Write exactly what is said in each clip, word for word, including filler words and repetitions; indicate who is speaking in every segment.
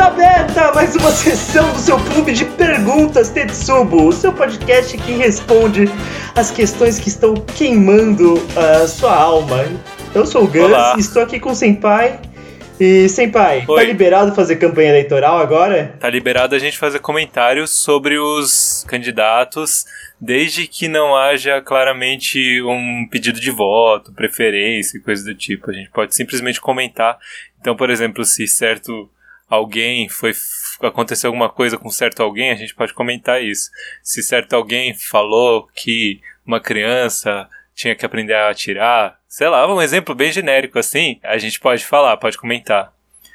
Speaker 1: Está aberta mais uma sessão do seu clube de perguntas Tetsubo, o seu podcast que responde as questões que estão queimando a sua alma. Eu sou o Gus e estou aqui com o Senpai. E Senpai,
Speaker 2: Oi.
Speaker 1: Tá liberado fazer campanha eleitoral agora?
Speaker 2: Tá liberado a gente fazer comentários sobre os candidatos, desde que não haja claramente um pedido de voto, preferência e coisa do tipo. A gente pode simplesmente comentar. Então, por exemplo, se certo alguém foi aconteceu alguma coisa com certo alguém, a gente pode comentar isso. Se certo alguém falou que uma criança tinha que aprender a atirar, sei lá, um exemplo bem genérico assim, a gente pode falar, pode comentar.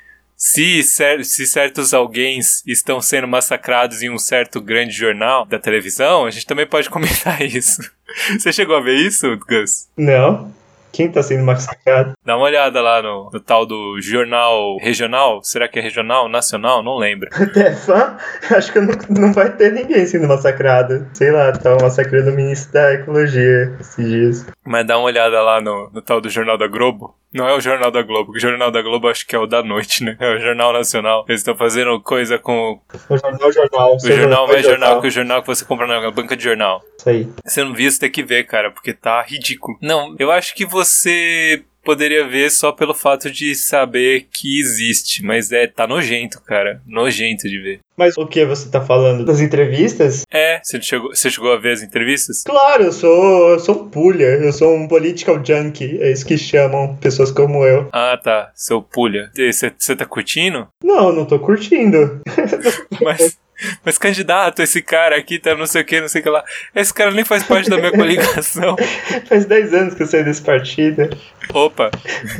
Speaker 2: Se, cer- se certos alguém estão sendo massacrados em um certo grande jornal da televisão, a gente também pode comentar isso. Você chegou a ver isso, Gus?
Speaker 1: Não. Quem tá sendo massacrado?
Speaker 2: Dá uma olhada lá no, no tal do jornal regional. Será que é regional? Nacional? Não lembro.
Speaker 1: Até fã? Acho que não, não vai ter ninguém sendo massacrado. Sei lá, tá massacrando o ministro da Ecologia esses dias.
Speaker 2: Mas dá uma olhada lá no, no tal do Jornal da Globo. Não é o Jornal da Globo. O Jornal da Globo acho que é o da noite, né? É o Jornal Nacional. Eles estão fazendo coisa com...
Speaker 1: O jornal, jornal.
Speaker 2: O jornal mais jornal que o jornal que você compra na banca de jornal.
Speaker 1: Isso aí.
Speaker 2: Você não viu, você tem que ver, cara, porque tá ridículo. Não, eu acho que você poderia ver só pelo fato de saber que existe, mas é, tá nojento, cara. Nojento de ver.
Speaker 1: Mas o que você tá falando? Das entrevistas?
Speaker 2: É, você chegou, você chegou a ver as entrevistas?
Speaker 1: Claro, eu sou, eu sou um pulha, eu sou um political junkie, é isso que chamam pessoas como eu.
Speaker 2: Ah, tá, seu pulha. Você, você tá curtindo?
Speaker 1: Não, não tô curtindo.
Speaker 2: Mas... Mas candidato, esse cara aqui tá não sei o que, não sei o que lá. Esse cara nem faz parte da minha coligação.
Speaker 1: Faz dez anos que eu saí desse partido.
Speaker 2: Opa.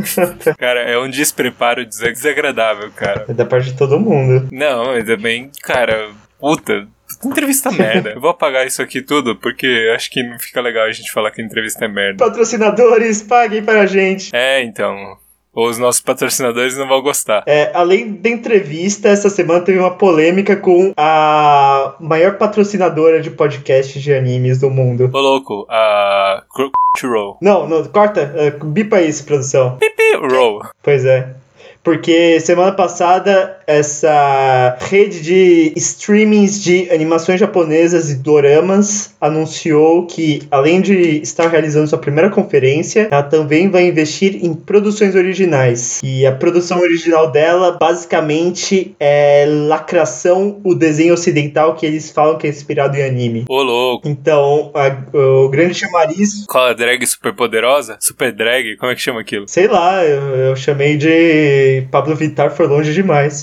Speaker 2: Cara, é um despreparo desagradável, cara.
Speaker 1: É da parte de todo mundo.
Speaker 2: Não, mas também, cara, puta... Entrevista merda. Eu vou apagar isso aqui tudo, porque acho que não fica legal a gente falar que a entrevista é merda.
Speaker 1: Patrocinadores, paguem para a gente.
Speaker 2: É, então... Ou os nossos patrocinadores não vão gostar.
Speaker 1: É, além da entrevista, essa semana teve uma polêmica com a maior patrocinadora de podcasts de animes do mundo.
Speaker 2: Ô, louco, a Crunchyroll.
Speaker 1: Não, não, corta, uh, bipa isso, produção.
Speaker 2: Pipi roll.
Speaker 1: Pois é. Porque semana passada, essa rede de streamings de animações japonesas e doramas anunciou que, além de estar realizando sua primeira conferência, ela também vai investir em produções originais. E a produção original dela, basicamente, é lacração, o desenho ocidental que eles falam que é inspirado em anime.
Speaker 2: Ô, louco.
Speaker 1: Então, a, o grande chamariz...
Speaker 2: Qual a drag super poderosa? Super drag? Como é que chama aquilo?
Speaker 1: Sei lá, eu, eu chamei de... Pablo Vittar foi longe demais.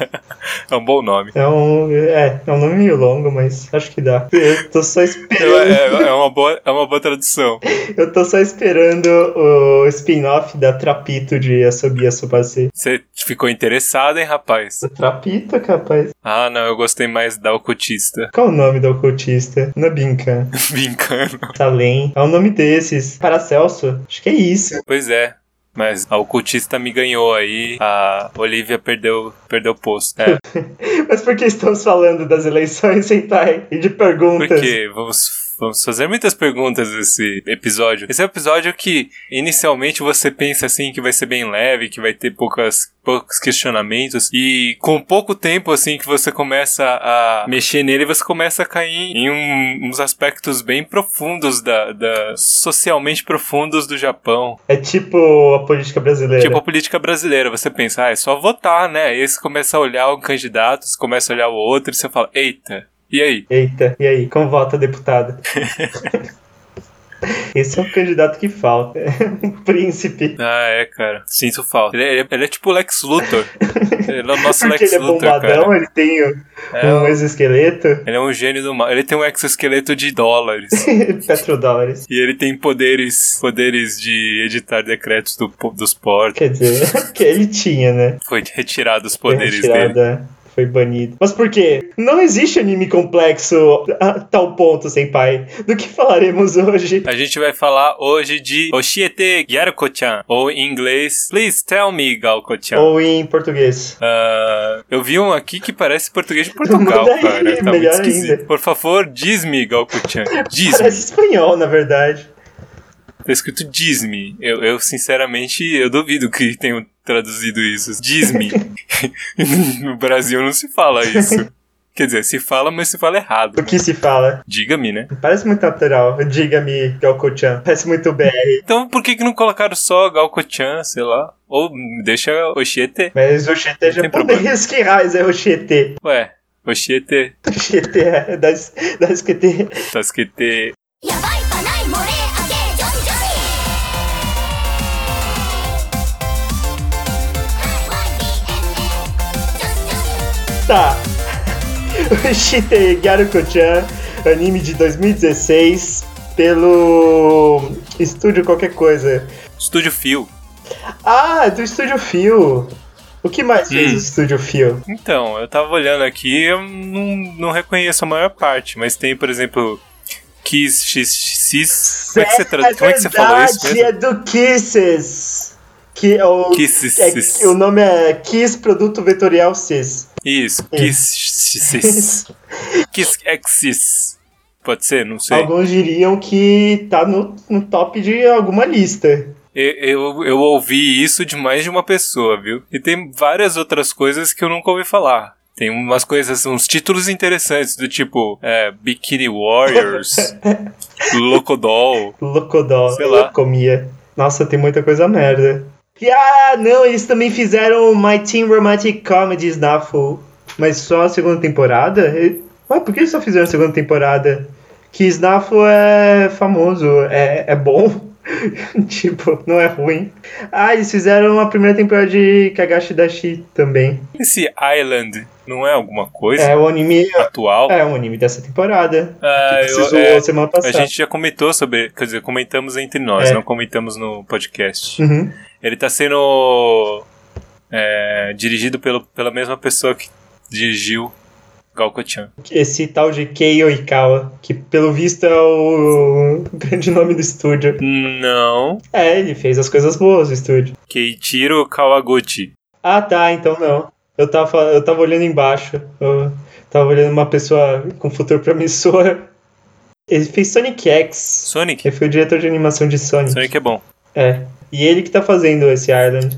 Speaker 2: É um bom nome.
Speaker 1: É um, é, é um nome meio longo, mas acho que dá. Eu tô só esperando.
Speaker 2: É, é, uma, boa, é uma boa tradução.
Speaker 1: Eu tô só esperando o spin-off da Trapito de Asobi Asobase.
Speaker 2: Você ficou interessado, hein, rapaz?
Speaker 1: Trapito, capaz.
Speaker 2: Ah, não, eu gostei mais da ocultista.
Speaker 1: Qual o nome da ocultista? Nabinka.
Speaker 2: Brincando.
Speaker 1: Salem. É um nome desses. Paracelso? Acho que é isso.
Speaker 2: Pois é. Mas a ocultista me ganhou aí, a Olivia perdeu perdeu o posto. É.
Speaker 1: Mas por que estamos falando das eleições, Sentai? E de perguntas?
Speaker 2: Porque vamos, vamos fazer muitas perguntas nesse episódio. Esse é um episódio que, inicialmente, você pensa assim que vai ser bem leve, que vai ter poucas, poucos questionamentos. E com pouco tempo, assim, que você começa a mexer nele, você começa a cair em um, uns aspectos bem profundos, da, da, socialmente profundos do Japão.
Speaker 1: É tipo a política brasileira.
Speaker 2: Tipo a política brasileira. Você pensa, ah, é só votar, né? Aí você começa a olhar um candidato, você começa a olhar o outro e você fala, eita, e aí?
Speaker 1: Eita, e aí? Como vota deputado? Esse é um candidato que falta. Um príncipe.
Speaker 2: Ah, é, cara. Sinto falta. Ele é, ele é tipo o Lex Luthor. Ele é o nosso
Speaker 1: Porque
Speaker 2: Lex
Speaker 1: ele é
Speaker 2: Luthor,
Speaker 1: bombadão,
Speaker 2: cara.
Speaker 1: ele tem um,
Speaker 2: É
Speaker 1: um
Speaker 2: um-
Speaker 1: exoesqueleto.
Speaker 2: Ele é um gênio do mal. Ele tem um exoesqueleto de dólares.
Speaker 1: Petrodólares.
Speaker 2: E ele tem poderes poderes de editar decretos do, dos portos.
Speaker 1: Quer dizer, que ele tinha, né?
Speaker 2: Foi retirado os
Speaker 1: Foi
Speaker 2: poderes dele.
Speaker 1: retirada, foi banido. Mas por quê? Não existe anime complexo a tal ponto, senpai. Do que falaremos hoje?
Speaker 2: A gente vai falar hoje de Oshiete Gyaruko-chan. Ou em inglês, Please Tell Me, Galko-chan.
Speaker 1: Ou em português.
Speaker 2: Ah, eu vi um aqui que parece português de Portugal,
Speaker 1: Manda aí,
Speaker 2: cara. Tá muito
Speaker 1: melhor
Speaker 2: esquisito.
Speaker 1: ainda.
Speaker 2: Por favor, diz-me, Galko-chan. Diz-me.
Speaker 1: Parece espanhol, na verdade.
Speaker 2: Tá escrito Diz-me. Eu, eu, sinceramente, eu duvido que tenham traduzido isso. Diz-me. No Brasil não se fala isso. Quer dizer, se fala, mas se fala errado.
Speaker 1: O que se fala?
Speaker 2: Diga-me, né?
Speaker 1: Parece muito natural. Diga-me, Galco-chan. Parece muito B R.
Speaker 2: Então por que que não colocaram só Galco-chan, sei lá? Ou deixa Oshete.
Speaker 1: Mas Oshete é japonês, que raiz é Oshete?
Speaker 2: Ué, Oshete.
Speaker 1: Oshete é das, das que te...
Speaker 2: Das que te...
Speaker 1: Tá. Oshite Gyaruko-chan, anime de dois mil e dezesseis, pelo estúdio qualquer coisa.
Speaker 2: Estúdio Fio.
Speaker 1: Ah, do Estúdio Fio. O que mais fez
Speaker 2: Hum.
Speaker 1: o Estúdio Fio?
Speaker 2: Então, eu tava olhando aqui, eu não, não reconheço a maior parte, mas tem, por exemplo, Kiss X X. Como é que você, tra...
Speaker 1: É
Speaker 2: Como é que você falou isso mesmo?
Speaker 1: é do Kisses. Que é o,
Speaker 2: Kisses.
Speaker 1: é, o nome é Kiss Produto Vetorial Cis.
Speaker 2: Isso, Kiss X. Kiss X. Pode ser? Não sei.
Speaker 1: Alguns diriam que tá no, no top de alguma lista.
Speaker 2: Eu, eu, eu ouvi isso de mais de uma pessoa, viu? E tem várias outras coisas que eu nunca ouvi falar. Tem umas coisas, uns títulos interessantes, do tipo é, Bikini Warriors, Locodol.
Speaker 1: Locodol,
Speaker 2: Sei lá.
Speaker 1: Locomia. Nossa, tem muita coisa merda. E ah, não, eles também fizeram My Teen Romantic Comedy Snafu, mas só a segunda temporada? E, ué, por que eles só fizeram a segunda temporada? Que Snafu é famoso, é, é bom. Tipo, não é ruim. Ah, eles fizeram a primeira temporada de Kagashi Dashi também.
Speaker 2: Esse Island não é alguma coisa
Speaker 1: É o anime
Speaker 2: atual?
Speaker 1: É um anime dessa temporada.
Speaker 2: Ah,
Speaker 1: que você
Speaker 2: eu-
Speaker 1: zoou
Speaker 2: é,
Speaker 1: semana
Speaker 2: A
Speaker 1: passada.
Speaker 2: gente já comentou sobre, quer dizer, comentamos entre nós,
Speaker 1: É.
Speaker 2: não comentamos no podcast.
Speaker 1: Uhum.
Speaker 2: Ele tá sendo é, dirigido pelo, pela mesma pessoa que dirigiu Galco-chan.
Speaker 1: Esse tal de Kei Oikawa, que pelo visto é o grande nome do estúdio.
Speaker 2: Não,
Speaker 1: É, ele fez as coisas boas do estúdio.
Speaker 2: Keiichiro Kawaguchi.
Speaker 1: Ah, tá, então não. Eu tava, fal- eu tava olhando embaixo. Eu tava olhando uma pessoa com futuro promissor. Ele fez Sonic X.
Speaker 2: Sonic.
Speaker 1: Ele foi o diretor de animação de Sonic.
Speaker 2: Sonic é bom.
Speaker 1: É. E ele que tá fazendo esse Island.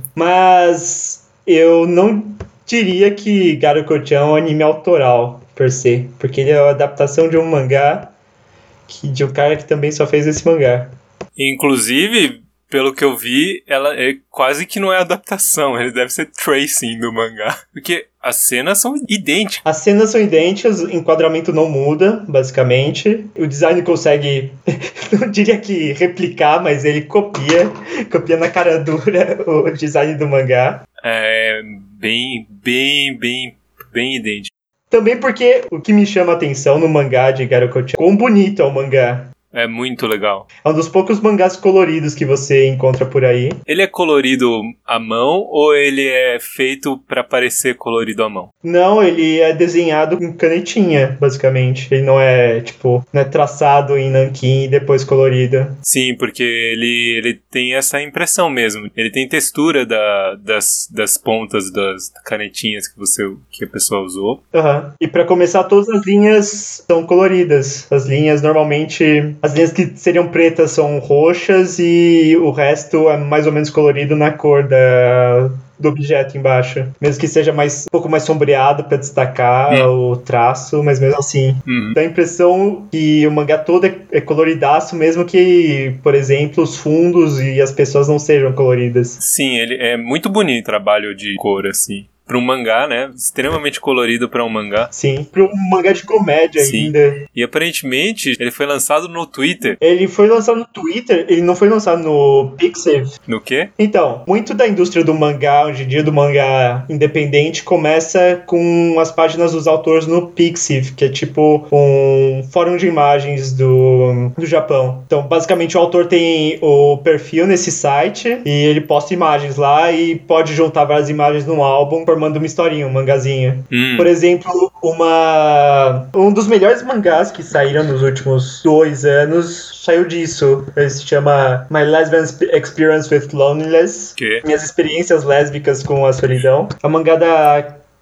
Speaker 1: Mas eu não diria que Garuko-chan é um anime autoral, per se. Porque ele é a adaptação de um mangá que, de um cara que também só fez esse mangá.
Speaker 2: Inclusive, pelo que eu vi, ela é quase que não é adaptação, ele deve ser tracing do mangá. Porque as cenas são idênticas.
Speaker 1: As cenas são idênticas, o enquadramento não muda, basicamente. O design consegue, não diria que replicar, mas ele copia, copia na cara dura o design do mangá.
Speaker 2: É bem, bem, bem, bem idêntico.
Speaker 1: Também porque o que me chama a atenção no mangá de Garuko-chan, quão bonito é o mangá.
Speaker 2: É muito legal.
Speaker 1: É um dos poucos mangás coloridos que você encontra por aí.
Speaker 2: Ele é colorido à mão ou ele é feito pra parecer colorido à mão?
Speaker 1: Não, ele é desenhado com canetinha, basicamente. Ele não é, tipo, não é traçado em nanquim e depois colorido.
Speaker 2: Sim, porque ele, ele tem essa impressão mesmo. Ele tem textura da, das, das pontas das canetinhas que, você, que a pessoa usou.
Speaker 1: Aham. E pra começar, todas as linhas são coloridas. As linhas normalmente... As linhas que seriam pretas são roxas e o resto é mais ou menos colorido na cor da, do objeto embaixo. Mesmo que seja mais, um pouco mais sombreado pra destacar
Speaker 2: Hum.
Speaker 1: o traço, mas mesmo assim...
Speaker 2: Uhum.
Speaker 1: Dá a impressão que o mangá todo é, é coloridaço, mesmo que, por exemplo, os fundos e as pessoas não sejam coloridas.
Speaker 2: Sim, ele é muito bonito o trabalho de cor, assim. Pra um mangá, né? Extremamente colorido pra um mangá.
Speaker 1: Sim, para um mangá de comédia
Speaker 2: Sim.
Speaker 1: ainda.
Speaker 2: E aparentemente ele foi lançado no Twitter.
Speaker 1: Ele foi lançado no Twitter, ele não foi lançado no Pixiv.
Speaker 2: No quê?
Speaker 1: Então, muito da indústria do mangá, hoje em dia, do mangá independente, começa com as páginas dos autores no Pixiv, que é tipo um fórum de imagens do, do Japão. Então, basicamente, o autor tem o perfil nesse site e ele posta imagens lá e pode juntar várias imagens num álbum, formando uma historinha, um mangazinho.
Speaker 2: Hum.
Speaker 1: Por exemplo, uma um dos melhores mangás que saíram nos últimos dois anos saiu disso. Ele se chama My Lesbian Experience with Loneliness.
Speaker 2: Que?
Speaker 1: Minhas experiências lésbicas com a solidão. É um mangá da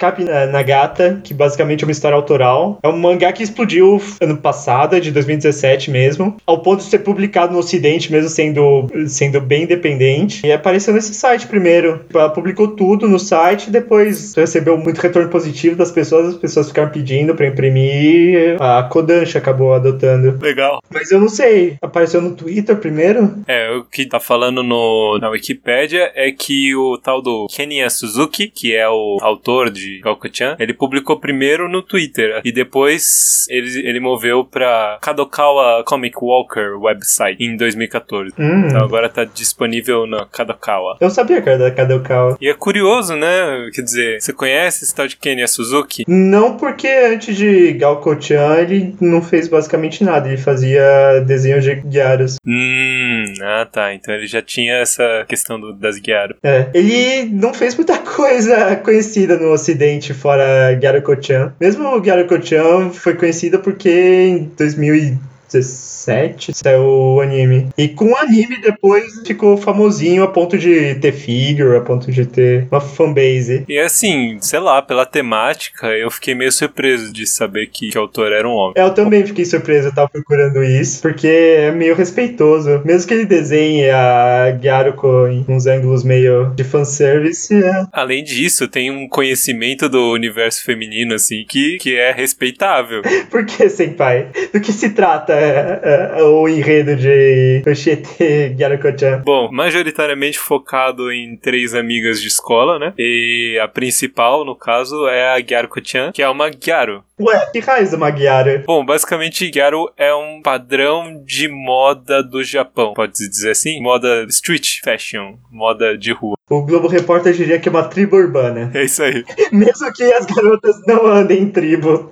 Speaker 1: Kapi Nagata, que basicamente é uma história autoral. É um mangá que explodiu ano passado, de dois mil e dezessete mesmo, ao ponto de ser publicado no Ocidente, mesmo sendo, sendo bem independente. E apareceu nesse site primeiro. Ela publicou tudo no site, depois recebeu muito retorno positivo das pessoas, as pessoas ficaram pedindo pra imprimir. A Kodansha acabou adotando.
Speaker 2: Legal.
Speaker 1: Mas eu não sei, apareceu no Twitter primeiro?
Speaker 2: É, o que tá falando no, na Wikipédia é que o tal do Kenya Suzuki, que é o autor de Gaoko-chan, ele publicou primeiro no Twitter e depois ele, ele moveu pra Kadokawa Comic Walker website em dois mil e catorze.
Speaker 1: Hum.
Speaker 2: Então agora tá disponível na Kadokawa.
Speaker 1: Eu sabia que era da Kadokawa.
Speaker 2: E é curioso, né? Quer dizer, você conhece esse tal de Kenya Suzuki?
Speaker 1: Não, porque antes de Gaoko-chan ele não fez basicamente nada, ele fazia desenhos de Gyarus.
Speaker 2: Hum, ah tá, então ele já tinha essa questão do, das Gyaru.
Speaker 1: É, ele não fez muita coisa conhecida no Ocidente fora Gyaroko-chan. Mesmo o Gyaroko-chan foi conhecida porque em dois mil e dezessete saiu o anime. E com o anime depois ficou famosinho a ponto de ter figure, a ponto de ter uma fanbase.
Speaker 2: E assim, sei lá, pela temática, eu fiquei meio surpreso de saber que, que o autor era um homem.
Speaker 1: Eu também fiquei surpreso, eu tava procurando isso, porque é meio respeitoso. Mesmo que ele desenhe a Gyaruko em uns ângulos meio de fanservice, é...
Speaker 2: Além disso, tem um conhecimento do universo feminino, assim, que, que é respeitável.
Speaker 1: Por que, senpai? Do que se trata é, é, o enredo de Oshete Gyaruko-chan?
Speaker 2: Bom, majoritariamente focado em três amigas de escola, né? E a principal, no caso, é a Gyaruko-chan, que é uma Gyaru.
Speaker 1: Ué, que raiz é uma Gyaru?
Speaker 2: Bom, basicamente, Gyaru é um padrão de moda do Japão, pode-se dizer assim? Moda street fashion, moda de rua.
Speaker 1: O Globo Repórter diria que é uma tribo urbana.
Speaker 2: É isso aí.
Speaker 1: Mesmo que as garotas não andem em tribo.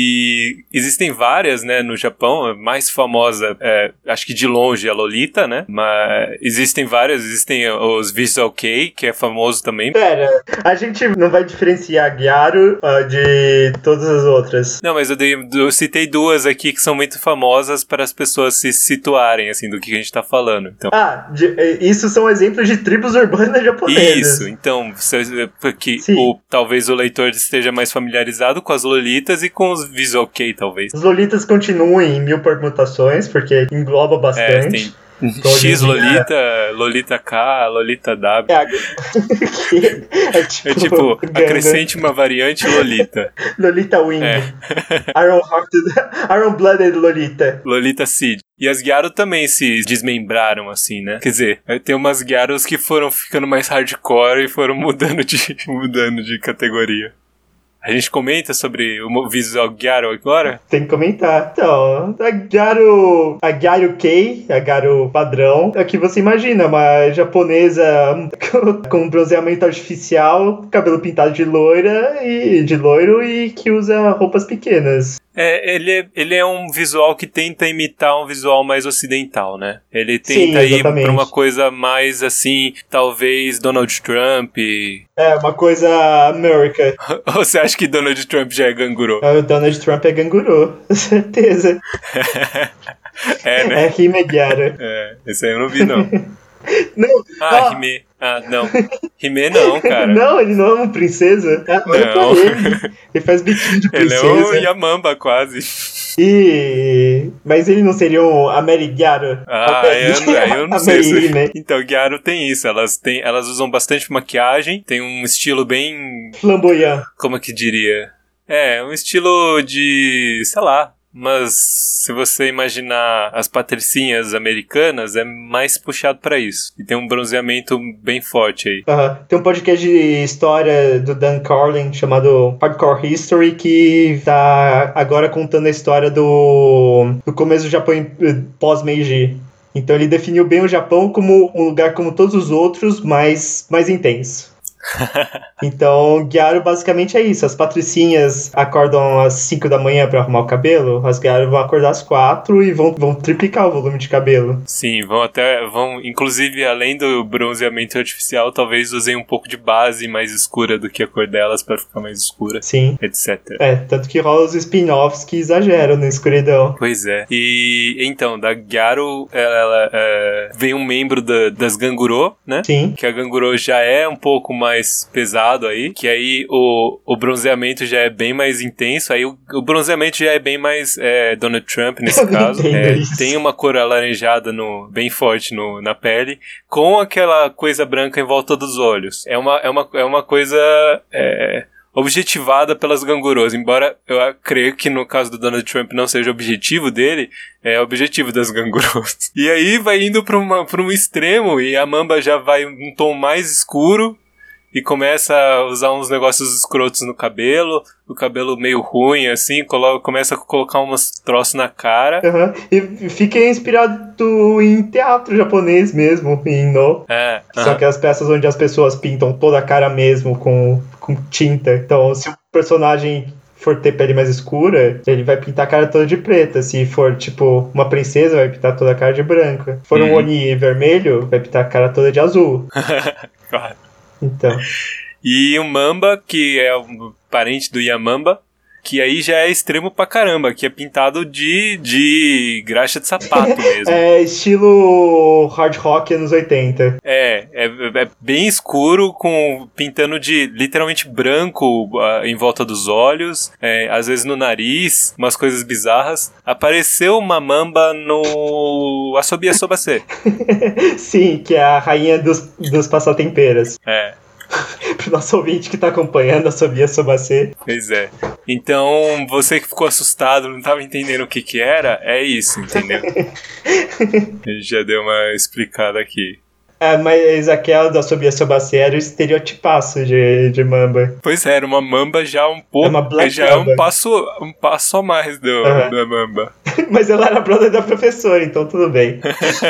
Speaker 2: E existem várias, né, no Japão. A mais famosa, é, acho que de longe, é a Lolita, né? Mas existem várias. Existem os Visual Kei, que é famoso também.
Speaker 1: Pera, a gente não vai diferenciar a Gyaru uh, de todas as outras.
Speaker 2: Não, mas eu, dei, eu citei duas aqui que são muito famosas para as pessoas se situarem, assim, do que a gente tá falando. Então...
Speaker 1: Ah, de, isso são exemplos de tribos urbanas japonesas.
Speaker 2: Isso, então, porque o, talvez o leitor esteja mais familiarizado com as Lolitas e com os Visual Kei, talvez.
Speaker 1: As Lolitas continuam em mil permutações, porque engloba bastante.
Speaker 2: É, tem X Lolita, Lolita K, Lolita W.
Speaker 1: É, é tipo,
Speaker 2: é tipo acrescente uma variante Lolita.
Speaker 1: Lolita Wing.
Speaker 2: É.
Speaker 1: Iron Hearted, Iron Blooded Lolita.
Speaker 2: Lolita Seed. E as Gyaru também se desmembraram, assim, né? Quer dizer, tem umas Gyarus que foram ficando mais hardcore e foram mudando de, mudando de categoria. A gente comenta sobre o visual Gyaru agora?
Speaker 1: Tem que comentar. Então, a Gyaru, a Gyaru Kei, a Gyaru padrão, é o que você imagina, uma japonesa com bronzeamento artificial, cabelo pintado de loira e de loiro e que usa roupas pequenas.
Speaker 2: É, ele, é, ele é um visual que tenta imitar um visual mais ocidental, né? Ele tenta Sim, ir pra uma coisa mais, assim, talvez Donald Trump.
Speaker 1: É, uma coisa America.
Speaker 2: Ou você acha que Donald Trump já é ganguro?
Speaker 1: O Donald Trump é ganguru, com certeza.
Speaker 2: É, né?
Speaker 1: É Hime Gyaru.
Speaker 2: É, esse aí eu não vi, não.
Speaker 1: Não.
Speaker 2: Ah, ah, Hime. Ah, não. Hime não, cara.
Speaker 1: Não, ele não é uma princesa. Ah, olha
Speaker 2: não.
Speaker 1: pra ele. Ele faz biquinho de princesa.
Speaker 2: Ele é o Yamamba, quase.
Speaker 1: E... Mas ele não seria um Ameri Gyaru?
Speaker 2: Ah, eu, eu não sei se... Então, Gyaru tem isso. Elas, têm, elas usam bastante maquiagem. Tem um estilo bem...
Speaker 1: flamboyant.
Speaker 2: Como é que diria? É, um estilo de... sei lá. Mas se você imaginar as patricinhas americanas, é mais puxado pra isso. E tem um bronzeamento bem forte aí.
Speaker 1: Uh-huh. Tem um podcast de história do Dan Carlin chamado Hardcore History que tá agora contando a história do, do começo do Japão pós-Meiji. Então ele definiu bem o Japão como um lugar como todos os outros, mas mais intenso. Então, Gyaru basicamente é isso. As patricinhas acordam às cinco da manhã pra arrumar o cabelo. As Gyaru vão acordar às quatro e vão, vão triplicar o volume de cabelo.
Speaker 2: Sim, vão até... vão, inclusive, além do bronzeamento artificial, talvez usem um pouco de base mais escura do que a cor delas pra ficar mais escura.
Speaker 1: Sim.
Speaker 2: Etc.
Speaker 1: É, tanto que rola os spin-offs que exageram na escuridão.
Speaker 2: Pois é. E, então, da Gyaru, ela, ela é, vem um membro da, das Ganguro, né?
Speaker 1: Sim.
Speaker 2: Que a Ganguro já é um pouco mais mais pesado aí, que aí o, o bronzeamento já é bem mais intenso, aí o, o bronzeamento já é bem mais é, Donald Trump nesse caso. É, tem uma cor alaranjada no, bem forte no, na pele, com aquela coisa branca em volta dos olhos. É uma, é uma, é uma coisa... É, objetivada pelas gangurus, embora eu creio que no caso do Donald Trump não seja objetivo dele, é objetivo das gangurus. E aí vai indo para um extremo e a Mamba já vai um tom mais escuro e começa a usar uns negócios escrotos no cabelo, o cabelo meio ruim, assim, colo- começa a colocar uns troços na cara.
Speaker 1: Uhum. E fica inspirado em teatro japonês mesmo, em No.
Speaker 2: É,
Speaker 1: São
Speaker 2: uhum.
Speaker 1: aquelas peças onde as pessoas pintam toda a cara mesmo com, com tinta. Então, se o personagem for ter pele mais escura, ele vai pintar a cara toda de preta. Se for, tipo, uma princesa, vai pintar toda a cara de branca. Se for uhum. um Oni vermelho, vai pintar a cara toda de azul.
Speaker 2: Claro.
Speaker 1: Então.
Speaker 2: E o Mamba, que é o parente do Yamamba, que aí já é extremo pra caramba, que é pintado de, de graxa de sapato mesmo.
Speaker 1: É estilo hard rock anos oitenta.
Speaker 2: É, é, é bem escuro, com pintando de literalmente branco uh, em volta dos olhos, é, às vezes no nariz, umas coisas bizarras. Apareceu uma Mamba no Asobi Asobase.
Speaker 1: Sim, que é a rainha dos, dos passatemperas.
Speaker 2: É.
Speaker 1: Pro nosso ouvinte que tá acompanhando a Asobi Asobase.
Speaker 2: Pois é. Então, você que ficou assustado, não tava entendendo o que que era, é isso, entendeu? A gente já deu uma explicada aqui.
Speaker 1: É, mas aquela da Asobi Asobase era o estereotipaço de, de Mamba.
Speaker 2: Pois é, era uma Mamba já um pouco...
Speaker 1: É uma Black
Speaker 2: já
Speaker 1: Mamba.
Speaker 2: é um passo, um passo a mais do, uhum. da Mamba.
Speaker 1: Mas ela era brother da professora, então tudo bem.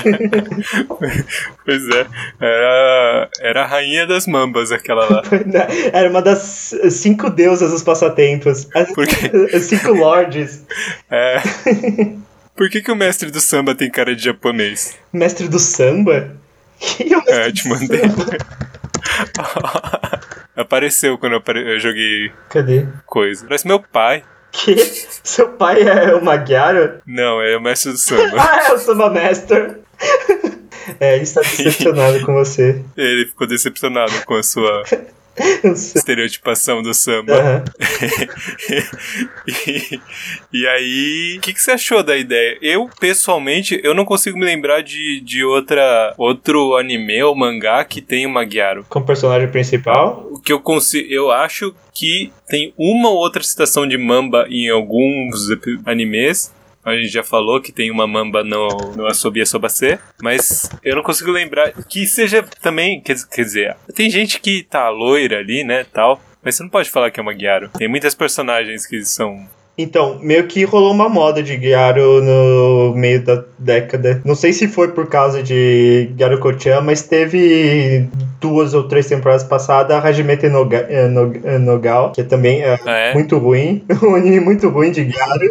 Speaker 2: Pois é, era, era a rainha das Mambas aquela lá.
Speaker 1: Era uma das cinco deusas dos passatempos. As, as cinco lords.
Speaker 2: É. Por que que o mestre do samba tem cara de japonês?
Speaker 1: Mestre do samba? Quem é o mestre
Speaker 2: é, eu te mandei. Apareceu quando eu, apare... eu joguei...
Speaker 1: Cadê?
Speaker 2: Coisa. Parece meu pai.
Speaker 1: Que? Seu pai é o Magyaro?
Speaker 2: Não, é o mestre do samba.
Speaker 1: Ah, é o Samba Master. É, ele está decepcionado com você.
Speaker 2: Ele ficou decepcionado com a sua estereotipação do samba.
Speaker 1: Uhum.
Speaker 2: e, e aí, o que, que você achou da ideia? Eu, pessoalmente, eu não consigo me lembrar de, de outra, outro anime ou mangá que tem o Magyaro.
Speaker 1: Como personagem principal?
Speaker 2: O que eu consigo, eu acho que tem uma ou outra citação de Mamba em alguns animes. A gente já falou que tem uma Mamba no, no Asobi Asobase, mas eu não consigo lembrar que seja também, quer, quer dizer, tem gente que tá loira ali, né, tal, mas você não pode falar que é uma Gyaro. Tem muitas personagens que são...
Speaker 1: Então, meio que rolou uma moda de Gyaro no meio da década. Não sei se foi por causa de Gyaro-ko-chan, mas teve duas ou três temporadas passadas a Hajimete no, no, no Gal, que também é,
Speaker 2: ah, é
Speaker 1: muito ruim. Um anime muito ruim de Gyaro.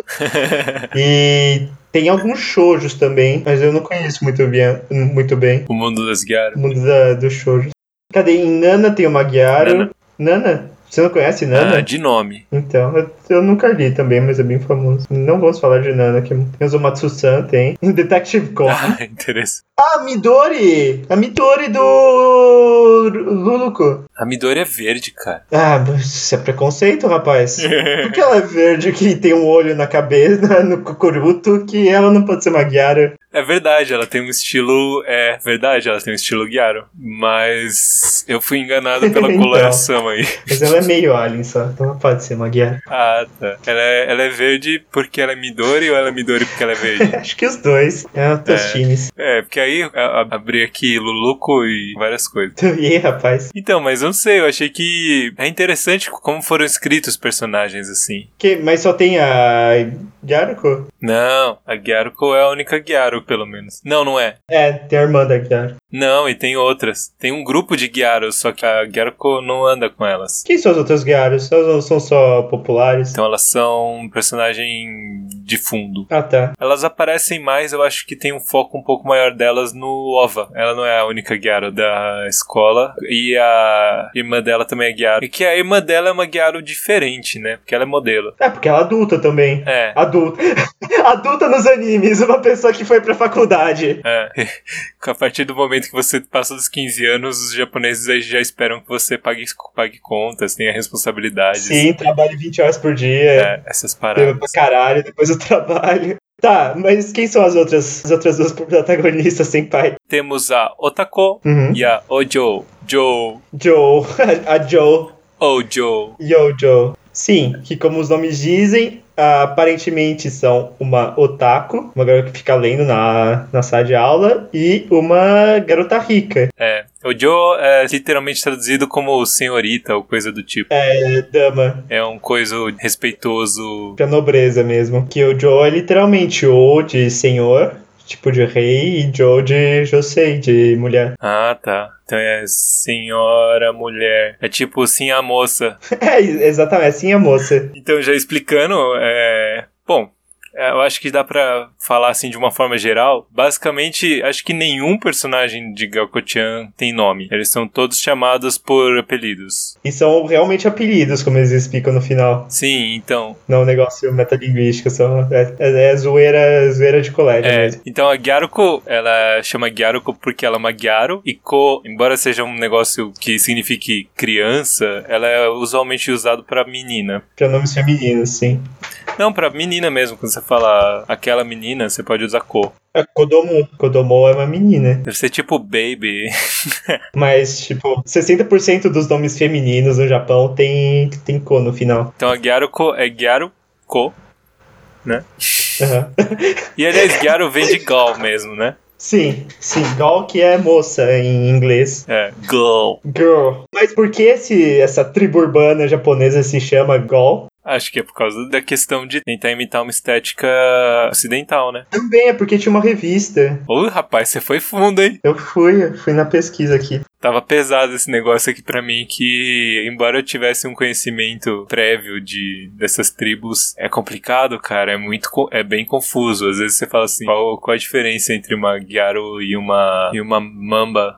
Speaker 1: E tem alguns shoujos também, mas eu não conheço muito bem. Muito bem.
Speaker 2: O mundo das Gyaro.
Speaker 1: O mundo da, dos shoujos. Cadê? Em Nana tem uma Gyaro. Nana? Nana? Você não conhece Nana?
Speaker 2: Ah, de nome.
Speaker 1: Então, eu, eu nunca li também, mas é bem famoso. Não vamos falar de Nana, que tem o Zomatsu-san, tem. Detective Conan.
Speaker 2: Ah, interessante.
Speaker 1: Ah, Midori! A Midori do Luluco.
Speaker 2: A Midori é verde, cara.
Speaker 1: Ah, isso é preconceito, rapaz. Por que ela é verde que tem um olho na cabeça, no Kukuruto, que ela não pode ser uma Gyaro?
Speaker 2: É verdade, ela tem um estilo... É verdade, ela tem um estilo Gyaro. Mas eu fui enganado pela
Speaker 1: então,
Speaker 2: coloração aí.
Speaker 1: Mas ela é meio alien só, então ela pode ser uma Gyaro.
Speaker 2: Ah, tá. Ela é, ela é verde porque ela é Midori ou ela é Midori porque ela é verde?
Speaker 1: Acho que os dois. É os teus times.
Speaker 2: É, porque aí eu abri aqui Luluco e várias coisas.
Speaker 1: E aí, rapaz?
Speaker 2: Então, mas eu não sei, eu achei que é interessante como foram escritos os personagens assim.
Speaker 1: Que, mas só tem a Gyaruko?
Speaker 2: Não, a Gyaruko é a única Gyaro, pelo menos. Não, não é.
Speaker 1: É, tem a irmã da Gyaro.
Speaker 2: Não, e tem outras. Tem um grupo de Gyaros, só que a Gyaruko não anda com elas.
Speaker 1: Quem são as outras Gyaros? Elas não são só populares?
Speaker 2: Então elas são um personagem de fundo.
Speaker 1: Ah, tá.
Speaker 2: Elas aparecem mais, eu acho que tem um foco um pouco maior delas no OVA. Ela não é a única Gyaro da escola. E a irmã dela também é Gyaro. E que a irmã dela é uma Gyaro diferente, né? Porque ela é modelo.
Speaker 1: É, porque ela é adulta também.
Speaker 2: É.
Speaker 1: Adulta. Adulta nos animes, uma pessoa que foi pra faculdade.
Speaker 2: É. A partir do momento momento que você passa dos quinze anos, os japoneses aí já esperam que você pague, pague contas, tenha responsabilidades.
Speaker 1: Sim, trabalhe vinte horas por dia.
Speaker 2: É, essas paradas.
Speaker 1: Beba pra caralho depois do trabalho. Tá, mas quem são as outras, as outras duas protagonistas, senpai?
Speaker 2: Temos a Otako
Speaker 1: Uhum.
Speaker 2: e a Ojo. Joe.
Speaker 1: Joe, a Joe.
Speaker 2: Ojo.
Speaker 1: Yo, Joe. Sim, que como os nomes dizem, aparentemente são uma otaku, uma garota que fica lendo na, na sala de aula, e uma garota rica.
Speaker 2: É, Ojo é literalmente traduzido como senhorita ou coisa do tipo.
Speaker 1: É, dama.
Speaker 2: É um coisa respeitoso.
Speaker 1: Pra nobreza mesmo. Que o Joe é literalmente O de senhor, tipo de rei, e Joe de Josei, de mulher.
Speaker 2: Ah, tá. Então é senhora, mulher. É tipo sim a moça.
Speaker 1: É, exatamente, assim a moça.
Speaker 2: Então, já explicando, é... Bom, eu acho que dá pra falar assim de uma forma geral. Basicamente, acho que nenhum personagem de Gyako-chan tem nome. Eles são todos chamados por apelidos.
Speaker 1: E são realmente apelidos, como eles explicam no final.
Speaker 2: Sim, então...
Speaker 1: Não é um negócio metalinguístico, são, é, é, é zoeira, zoeira de colégio
Speaker 2: É,
Speaker 1: mesmo.
Speaker 2: então a Gyaruko, ela chama Gyaruko porque ela é uma Gyaru. E Ko, embora seja um negócio que signifique criança, ela é usualmente usado pra menina.
Speaker 1: Pra nomes femininos, sim.
Speaker 2: Não, pra menina mesmo. Quando você fala aquela menina, você pode usar Ko.
Speaker 1: É Kodomo. Kodomo é uma menina.
Speaker 2: Deve ser tipo baby.
Speaker 1: Mas, tipo, sessenta por cento dos nomes femininos no Japão tem, tem Ko no final.
Speaker 2: Então a Gyaruko é Gyaruko, né?
Speaker 1: Uhum.
Speaker 2: E aliás, Gyaru vem de Gal mesmo, né?
Speaker 1: Sim, sim. Gal que é moça em inglês.
Speaker 2: É, Gal.
Speaker 1: Girl. Mas por que esse, essa tribo urbana japonesa se chama Gal?
Speaker 2: Acho que é por causa da questão de tentar imitar uma estética ocidental, né?
Speaker 1: Também é porque tinha uma revista.
Speaker 2: Ô, rapaz, você foi fundo, hein?
Speaker 1: Eu fui, eu fui na pesquisa aqui.
Speaker 2: Tava pesado esse negócio aqui pra mim, que embora eu tivesse um conhecimento prévio de dessas tribos, é complicado, cara, é muito, é bem confuso. Às vezes você fala assim, qual, qual a diferença entre uma Gyaru e uma, e uma Mamba?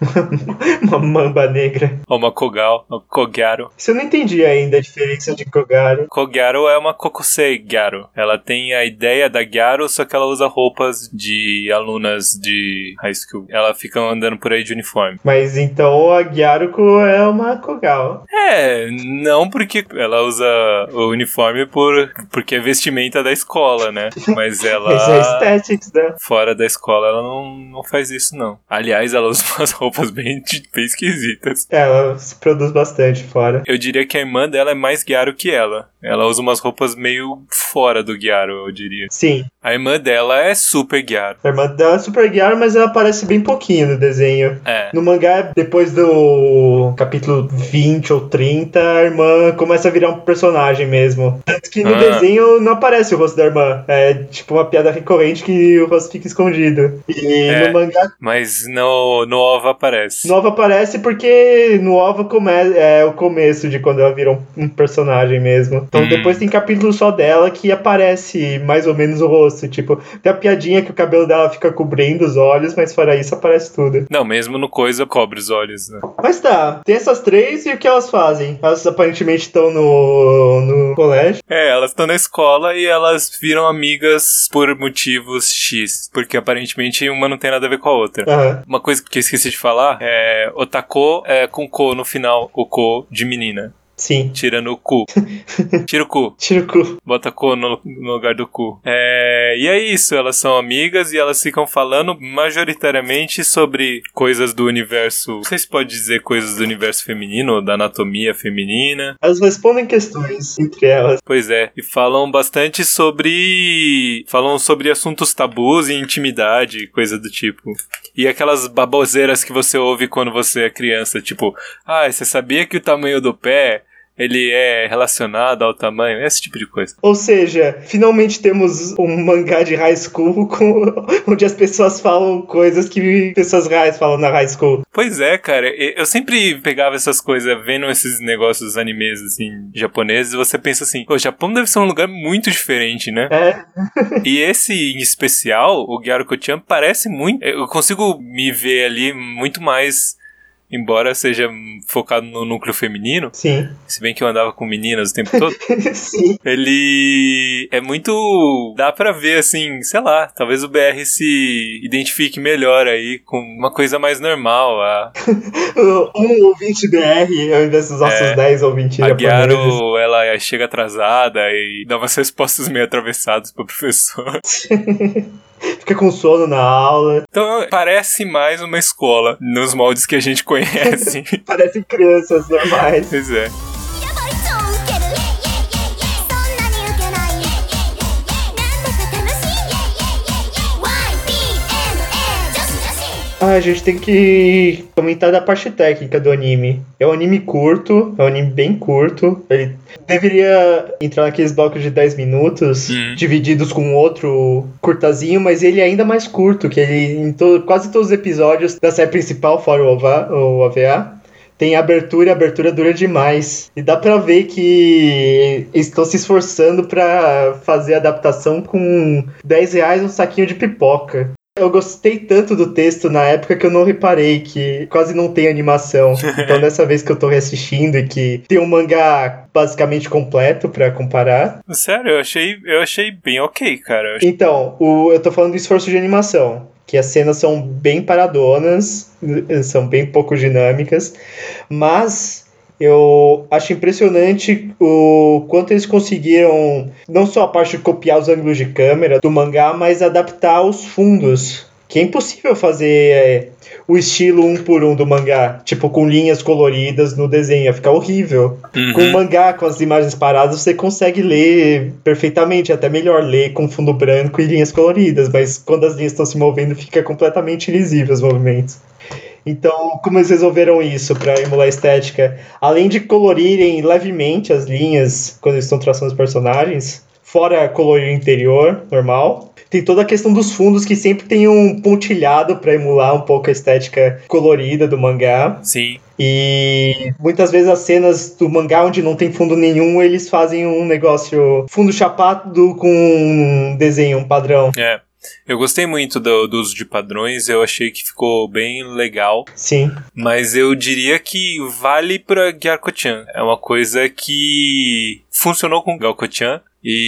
Speaker 1: Uma mamba negra.
Speaker 2: Ou uma Kogal, uma Kogyaru.
Speaker 1: Isso eu não entendi ainda, a diferença de Kogaro.
Speaker 2: Kogyaru é uma Kokusei Gyaru. Ela tem a ideia da Gyaru, só que ela usa roupas de alunas de high school. Ela fica andando por aí de uniforme.
Speaker 1: Mas então a Gyaruko é uma Kogal.
Speaker 2: É, não porque ela usa o uniforme por, porque é vestimenta da escola, né? Mas ela...
Speaker 1: Isso é aesthetics, né?
Speaker 2: Fora da escola, ela não, não faz isso, não. Aliás, ela usa umas roupas bem, bem esquisitas.
Speaker 1: Ela se produz bastante fora.
Speaker 2: Eu diria que a irmã dela é mais Gyaru que ela. Ela usa umas roupas meio fora do Gyaru, eu diria.
Speaker 1: Sim.
Speaker 2: A irmã dela é super Gyaru.
Speaker 1: A irmã dela é super Gyaru, mas ela aparece bem pouquinho no desenho.
Speaker 2: É.
Speaker 1: No mangá, depois do capítulo vinte ou trinta, a irmã começa a virar um personagem mesmo. Tanto que no
Speaker 2: Ah.
Speaker 1: desenho não aparece o rosto da irmã. É tipo uma piada recorrente que o rosto fica escondido. E
Speaker 2: É.
Speaker 1: no mangá,
Speaker 2: Mas no, no OVA aparece.
Speaker 1: no OVA aparece porque no OVA come é o começo de quando ela vira um, um personagem mesmo. Então
Speaker 2: Hum.
Speaker 1: depois tem capítulo só dela que aparece mais ou menos o rosto. Tipo, tem a piadinha que o cabelo dela fica cobrindo os olhos, mas fora isso aparece tudo.
Speaker 2: Não, mesmo no coisa cobre os olhos, né?
Speaker 1: Mas tá, tem essas três e o que elas fazem? Elas aparentemente estão no, no colégio.
Speaker 2: É, elas estão na escola e elas viram amigas por motivos X. Porque aparentemente uma não tem nada a ver com a outra.
Speaker 1: Aham.
Speaker 2: Uma coisa que eu esqueci de falar é Otako é com Ko no final, o Ko de menina.
Speaker 1: Sim.
Speaker 2: Tirando o cu. Tira o cu.
Speaker 1: Tira o cu.
Speaker 2: Bota Ko no, no lugar do cu. É, e é isso, elas são amigas e elas ficam falando majoritariamente sobre coisas do universo. Não sei se pode dizer coisas do universo feminino ou da anatomia feminina.
Speaker 1: Elas respondem questões entre elas.
Speaker 2: Pois é, e falam bastante sobre... Falam sobre assuntos tabus e intimidade, coisa do tipo. E aquelas baboseiras que você ouve quando você é criança, tipo... Ah, você sabia que o tamanho do pé... ele é relacionado ao tamanho, esse tipo de coisa.
Speaker 1: Ou seja, finalmente temos um mangá de high school com, onde as pessoas falam coisas que pessoas reais falam na high school.
Speaker 2: Pois é, cara, eu sempre pegava essas coisas, vendo esses negócios animes, assim, japoneses, e você pensa assim, o Japão deve ser um lugar muito diferente, né?
Speaker 1: É.
Speaker 2: E esse, em especial, o Gyaruko-chan, parece muito... Eu consigo me ver ali muito mais... embora seja focado no núcleo feminino,
Speaker 1: sim.
Speaker 2: Se bem que eu andava com meninas o tempo todo,
Speaker 1: sim.
Speaker 2: Ele é muito... Dá pra ver, assim, sei lá, talvez o B R se identifique melhor aí com uma coisa mais normal. A...
Speaker 1: um ouvinte B R, ao invés dos nossos
Speaker 2: é,
Speaker 1: dez ouvintes
Speaker 2: a
Speaker 1: japoneses.
Speaker 2: Gyaro, ela chega atrasada e dá umas respostas meio atravessadas pro professor.
Speaker 1: Fica com sono na aula.
Speaker 2: Então parece mais uma escola nos moldes que a gente conhece.
Speaker 1: Parecem crianças normais.
Speaker 2: Pois é.
Speaker 1: Ah, a gente tem que comentar da parte técnica do anime. É um anime curto, é um anime bem curto. Ele deveria entrar naqueles blocos de dez minutos,
Speaker 2: uhum.
Speaker 1: divididos com outro curtazinho, mas ele é ainda mais curto, que ele em to- quase todos os episódios da série principal, fora o O V A, o O V A, tem abertura e a abertura dura demais. E dá pra ver que estão se esforçando pra fazer a adaptação com dez reais um saquinho de pipoca. Eu gostei tanto do texto na época que eu não reparei que quase não tem animação. Então dessa vez que eu tô reassistindo e que tem um mangá basicamente completo pra comparar.
Speaker 2: Sério, eu achei, eu achei bem ok, cara. Achei...
Speaker 1: Então, o, eu tô falando do esforço de animação. Que as cenas são bem paradonas, são bem pouco dinâmicas, mas eu acho impressionante o quanto eles conseguiram, não só a parte de copiar os ângulos de câmera do mangá, mas adaptar os fundos, que é impossível fazer é, o estilo um por um do mangá, tipo com linhas coloridas no desenho, ia ficar horrível.
Speaker 2: Uhum.
Speaker 1: Com o mangá, com as imagens paradas, você consegue ler perfeitamente, até melhor ler com fundo branco e linhas coloridas, mas quando as linhas estão se movendo, fica completamente invisível os movimentos. Então, como eles resolveram isso para emular a estética? Além de colorirem levemente as linhas quando eles estão traçando os personagens, fora colorir o interior, normal, tem toda a questão dos fundos que sempre tem um pontilhado para emular um pouco a estética colorida do mangá.
Speaker 2: Sim.
Speaker 1: E muitas vezes as cenas do mangá onde não tem fundo nenhum, eles fazem um negócio fundo chapado com um desenho, um padrão.
Speaker 2: É. Eu gostei muito do, do uso de padrões, eu achei que ficou bem legal.
Speaker 1: Sim.
Speaker 2: Mas eu diria que vale pra Gyarko-chan. É uma coisa que funcionou com Gyarko-chan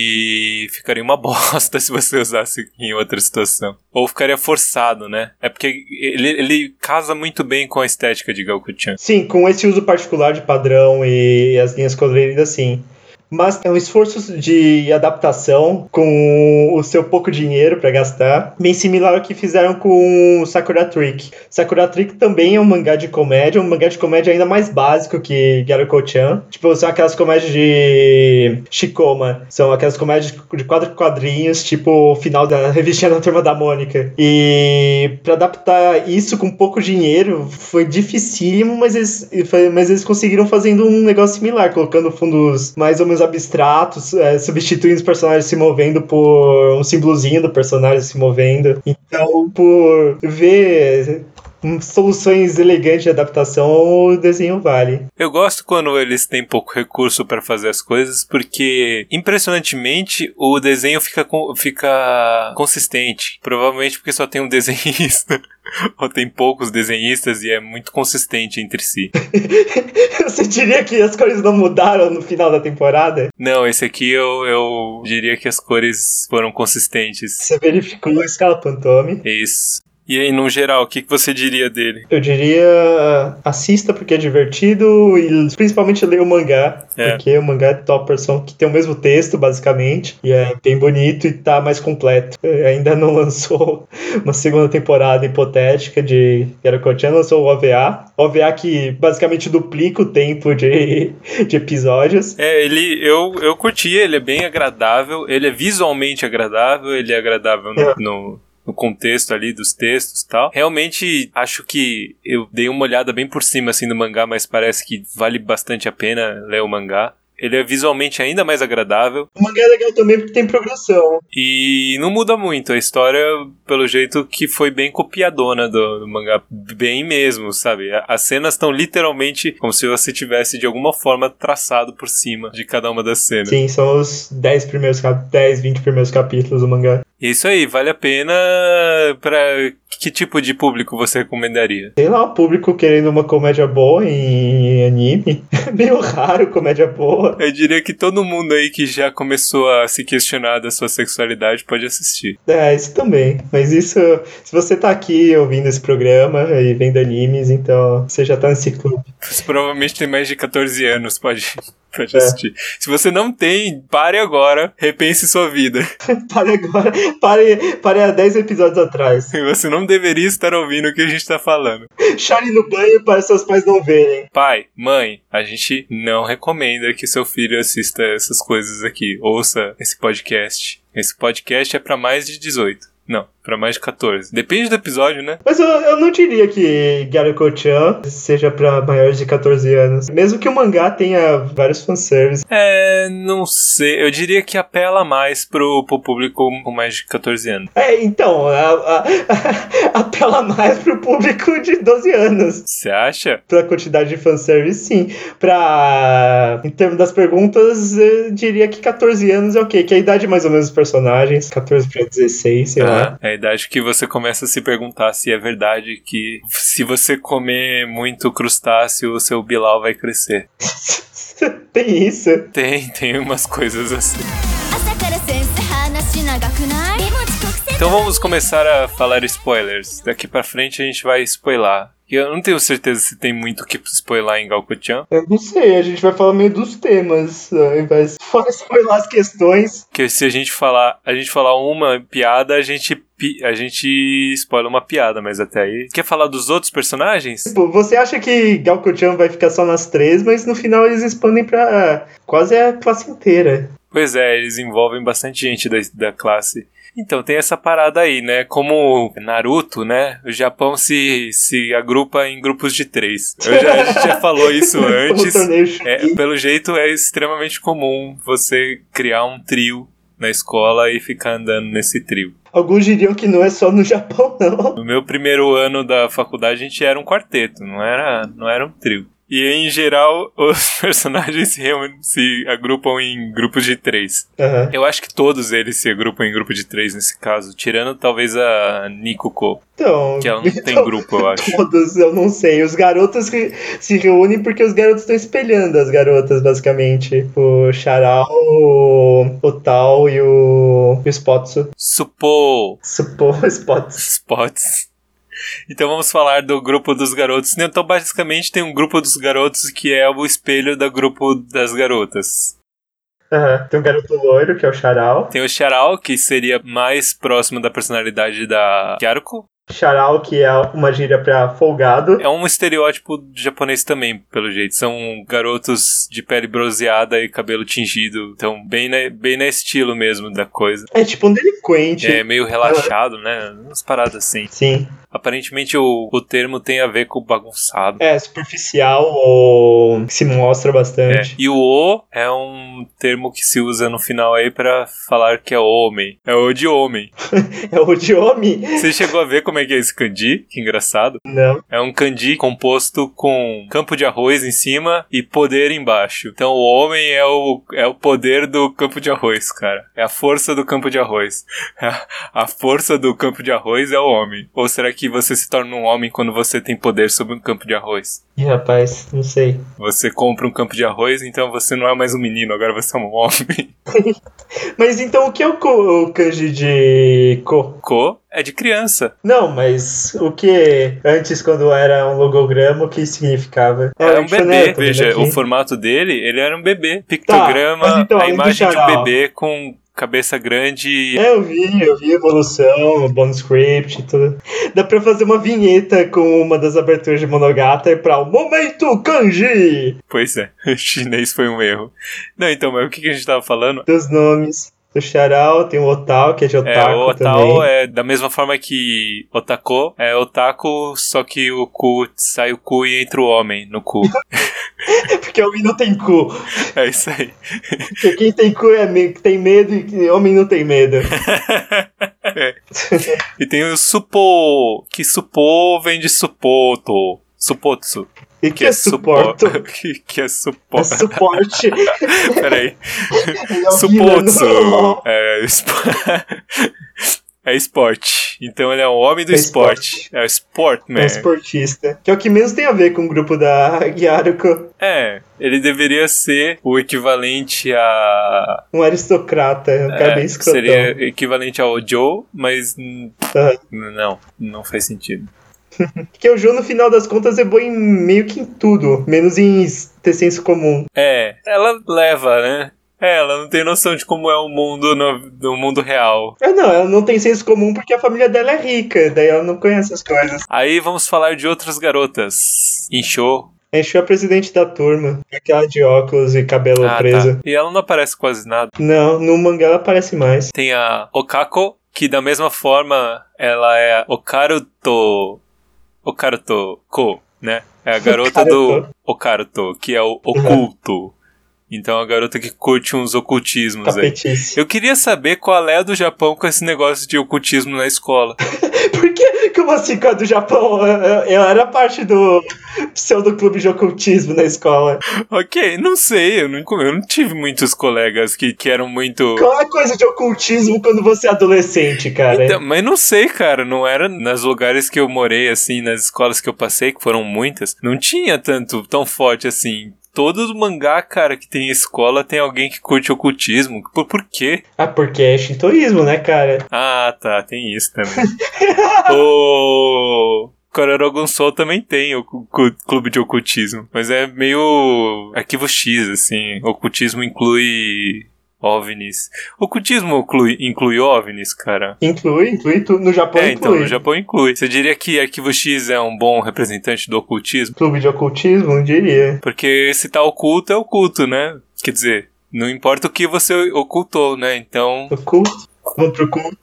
Speaker 2: e ficaria uma bosta se você usasse em outra situação. Ou ficaria forçado, né? É porque ele, ele casa muito bem com a estética de Gyarko-chan.
Speaker 1: Sim, com esse uso particular de padrão e as linhas coloridas, sim. Mas é um esforço de adaptação com o seu pouco dinheiro para gastar, bem similar ao que fizeram com Sakura Trick. Sakura Trick também é um mangá de comédia, um mangá de comédia ainda mais básico que Gyarko-chan. Tipo, são aquelas comédias de Shikoma, são aquelas comédias de quatro quadrinhos, tipo o final da revistinha da Turma da Mônica. E para adaptar isso com pouco dinheiro foi dificílimo, mas eles, mas eles conseguiram fazendo um negócio similar, colocando fundos mais ou menos abstratos, é, substituindo os personagens se movendo por um símbolozinho do personagem se movendo. Então, por ver soluções elegantes de adaptação, o desenho vale.
Speaker 2: Eu gosto quando eles têm pouco recurso para fazer as coisas, porque, impressionantemente, o desenho fica, fica consistente. Provavelmente porque só tem um desenhista, ou tem poucos desenhistas, e é muito consistente entre si.
Speaker 1: Você diria que as cores não mudaram no final da temporada?
Speaker 2: Não, esse aqui eu, eu diria que as cores foram consistentes.
Speaker 1: Você verificou a escala Pantone?
Speaker 2: Isso. E aí, no geral, o que você diria dele?
Speaker 1: Eu diria assista porque é divertido e principalmente leia o mangá, é. Porque o mangá é top versão que tem o mesmo texto, basicamente, e é bem bonito e tá mais completo. Ainda não lançou uma segunda temporada hipotética de Gyarko-chan, lançou o O V A. O V A que basicamente duplica o tempo de, de episódios.
Speaker 2: É, ele, eu, eu curti, ele é bem agradável, ele é visualmente agradável, ele é agradável no... É. no... no contexto ali dos textos e tal. Realmente, acho que eu dei uma olhada bem por cima, assim, no mangá, mas parece que vale bastante a pena ler o mangá. Ele é visualmente ainda mais agradável.
Speaker 1: O mangá é legal também porque tem progressão.
Speaker 2: E não muda muito. A história, pelo jeito, que foi bem copiadona do, do mangá. Bem mesmo, sabe? As cenas estão literalmente como se você tivesse, de alguma forma, traçado por cima de cada uma das cenas.
Speaker 1: Sim, são os dez primeiros, dez, vinte primeiros capítulos do mangá.
Speaker 2: E é isso aí, vale a pena. Pra que tipo de público você recomendaria?
Speaker 1: Sei lá, o público querendo uma comédia boa em anime. Meio raro comédia boa.
Speaker 2: Eu diria que todo mundo aí que já começou a se questionar da sua sexualidade pode assistir.
Speaker 1: É, isso também. Mas isso, se você tá aqui ouvindo esse programa e vendo animes, então você já tá nesse clube.
Speaker 2: Você provavelmente tem mais de catorze anos, pode, pode assistir. É. Se você não tem, pare agora, repense sua vida.
Speaker 1: Pare agora, pare, pare há dez episódios atrás.
Speaker 2: E você não deveria estar ouvindo o que a gente tá falando.
Speaker 1: Chore no banho para seus pais não verem.
Speaker 2: Pai, mãe, a gente não recomenda que seu filho assista essas coisas aqui. Ouça esse podcast. Esse podcast é pra mais de dezoito. Não, pra mais de catorze. Depende do episódio, né?
Speaker 1: Mas eu, eu não diria que Gyaroko-chan seja pra maiores de catorze anos. Mesmo que o mangá tenha vários fanservice.
Speaker 2: É, não sei. Eu diria que apela mais pro, pro público com mais de catorze anos.
Speaker 1: É, então, a, a, a, apela mais pro público de doze anos.
Speaker 2: Você acha?
Speaker 1: Pela quantidade de fanservice, sim. Pra... Em termos das perguntas, eu diria que catorze anos é ok. Que é a idade mais ou menos dos personagens. catorze pra dezesseis, sei lá.
Speaker 2: É a idade que você começa a se perguntar se é verdade que se você comer muito crustáceo, o seu Bilal vai crescer.
Speaker 1: Tem isso?
Speaker 2: Tem, tem umas coisas assim. Então vamos começar a falar spoilers. Daqui pra frente a gente vai spoiler. Eu não tenho certeza se tem muito o que spoiler em Gyaroko-chan.
Speaker 1: Eu não sei, a gente vai falar meio dos temas, ao invés de spoiler as questões.
Speaker 2: Porque se a gente falar, a gente falar uma piada, a gente, a gente spoiler uma piada, mas até aí... Quer falar dos outros personagens?
Speaker 1: Tipo, você acha que Gyaroko-chan vai ficar só nas três, mas no final eles expandem pra quase a classe inteira.
Speaker 2: Pois é, eles envolvem bastante gente da, da classe. Então, tem essa parada aí, né? Como Naruto, né? O Japão se, se agrupa em grupos de três. Eu já, a gente já falou isso antes. É, pelo jeito, é extremamente comum você criar um trio na escola e ficar andando nesse trio.
Speaker 1: Alguns diriam que não é só no Japão, não.
Speaker 2: No meu primeiro ano da faculdade, a gente era um quarteto, não era, não era um trio. E, em geral, os personagens se, reúnem, se agrupam em grupos de três.
Speaker 1: Uhum.
Speaker 2: Eu acho que todos eles se agrupam em grupo de três nesse caso, tirando talvez a Nikuko.
Speaker 1: Então,
Speaker 2: que ela não
Speaker 1: então,
Speaker 2: tem grupo, eu acho.
Speaker 1: Todos, eu não sei. Os garotos que se reúnem porque os garotos estão espelhando as garotas, basicamente. O Charao, o, o Tal e o, e o Spotsu.
Speaker 2: Suppo.
Speaker 1: Suppo, Spots.
Speaker 2: Spots. Então vamos falar do grupo dos garotos. Então basicamente tem um grupo dos garotos que é o espelho do grupo das garotas.
Speaker 1: Uhum. Tem um garoto loiro, que é o Charao.
Speaker 2: Tem o Charao, que seria mais próximo da personalidade da Gyaroko.
Speaker 1: Charao, que é uma gíria pra folgado.
Speaker 2: É um estereótipo japonês também, pelo jeito. São garotos de pele bronzeada e cabelo tingido. Então, bem na, bem na estilo mesmo da coisa.
Speaker 1: É tipo um delinquente.
Speaker 2: É, meio relaxado, uhum. né? Umas paradas assim.
Speaker 1: Sim.
Speaker 2: Aparentemente o, o termo tem a ver com bagunçado.
Speaker 1: É, superficial ou se mostra bastante.
Speaker 2: É. E o O é um termo que se usa no final aí pra falar que é homem. É o de homem.
Speaker 1: É o de homem?
Speaker 2: Você chegou a ver como é que é esse kanji? Que engraçado.
Speaker 1: Não.
Speaker 2: É um kanji composto com campo de arroz em cima e poder embaixo. Então o homem é o, é o poder do campo de arroz, cara. É a força do campo de arroz. A força do campo de arroz é o homem. Ou será que que você se torna um homem quando você tem poder sobre um campo de arroz?
Speaker 1: Ih, rapaz, não sei.
Speaker 2: Você compra um campo de arroz, então você não é mais um menino, agora você é um homem.
Speaker 1: Mas então o que é o, ko, o kanji de ko?
Speaker 2: Ko é de criança.
Speaker 1: Não, mas o que antes, quando era um logograma, o que significava?
Speaker 2: Era um bebê, veja, o formato dele, ele era um bebê. Pictograma, tá, então, a imagem de um bebê com cabeça grande.
Speaker 1: É, eu vi, eu vi evolução, bônus script e tudo. Dá pra fazer uma vinheta com uma das aberturas de Monogatari pra o Momento Kanji!
Speaker 2: Pois é, o chinês foi um erro. Não, então, mas o que a gente tava falando?
Speaker 1: Dos nomes. O Charao, tem o Otal, que é de Otaku também. É, o Otal
Speaker 2: também. É da mesma forma que Otako, é Otaku, só que o cu, sai o cu e entra o homem no cu.
Speaker 1: Porque homem não tem cu.
Speaker 2: É isso aí.
Speaker 1: Porque quem tem cu é me- tem medo e homem não tem medo.
Speaker 2: É. E tem o Suppo, que Suppo vem de Suppoto. Supotsu.
Speaker 1: E que, que é suporte?
Speaker 2: que, que é suporte?
Speaker 1: É suporte.
Speaker 2: Peraí. Supotsu. É, é esporte. Então ele é um homem do
Speaker 1: É
Speaker 2: esporte.
Speaker 1: esporte.
Speaker 2: É o Sportman.
Speaker 1: É um esportista. Que é o que menos tem a ver com o grupo da Gyaruko.
Speaker 2: É, ele deveria ser o equivalente a...
Speaker 1: Um aristocrata, um cara
Speaker 2: é,
Speaker 1: bem escrotão.
Speaker 2: seria equivalente ao Joe, mas hum,
Speaker 1: Uhum.
Speaker 2: não, não faz sentido.
Speaker 1: Porque o Joe, no final das contas, é bom em meio que em tudo, menos em ter senso comum.
Speaker 2: É, ela leva, né? É, ela não tem noção de como é o mundo no, no mundo real.
Speaker 1: Ah, não, ela não tem senso comum porque a família dela é rica, daí ela não conhece as coisas.
Speaker 2: Aí vamos falar de outras garotas. Inchou.
Speaker 1: Encheu a presidente da turma, aquela de óculos e cabelo
Speaker 2: Ah,
Speaker 1: preso.
Speaker 2: tá. E ela não aparece quase nada.
Speaker 1: Não, no mangá ela aparece mais.
Speaker 2: Tem a Okako, que da mesma forma ela é a Okaruto... Okaruto-ko, né? É a garota do Okaruto, que é o oculto. Então é a garota que curte uns ocultismos aí.
Speaker 1: Capetice.
Speaker 2: Eu queria saber qual é a do Japão com esse negócio de ocultismo na escola.
Speaker 1: Por que? Como assim com a do Japão? Ela era parte do pseudo-clube de ocultismo na escola.
Speaker 2: Ok, não sei, eu não, eu não tive muitos colegas que, que eram muito...
Speaker 1: Qual é a coisa de ocultismo quando você é adolescente, cara?
Speaker 2: Então, mas não sei, cara, não era nos lugares que eu morei, assim, nas escolas que eu passei, que foram muitas, não tinha tanto, tão forte assim. Todo mangá, cara, que tem escola tem alguém que curte ocultismo. Por, por quê?
Speaker 1: Ah, porque é shintoísmo, né, cara?
Speaker 2: Ah, tá, tem isso também. O Kororogunsou também tem o cu- cu- clube de ocultismo, mas é meio arquivo X, assim. Ocultismo inclui OVNIs. Ocultismo inclui, inclui OVNIs, cara?
Speaker 1: Inclui, inclui tudo. No Japão
Speaker 2: É,
Speaker 1: inclui.
Speaker 2: então, no Japão inclui. Você diria que arquivo X é um bom representante do ocultismo?
Speaker 1: Clube de ocultismo, não diria.
Speaker 2: Porque se tá oculto, é oculto, né? Quer dizer, não importa o que você ocultou, né? Então...
Speaker 1: O culto? Vamos pro culto.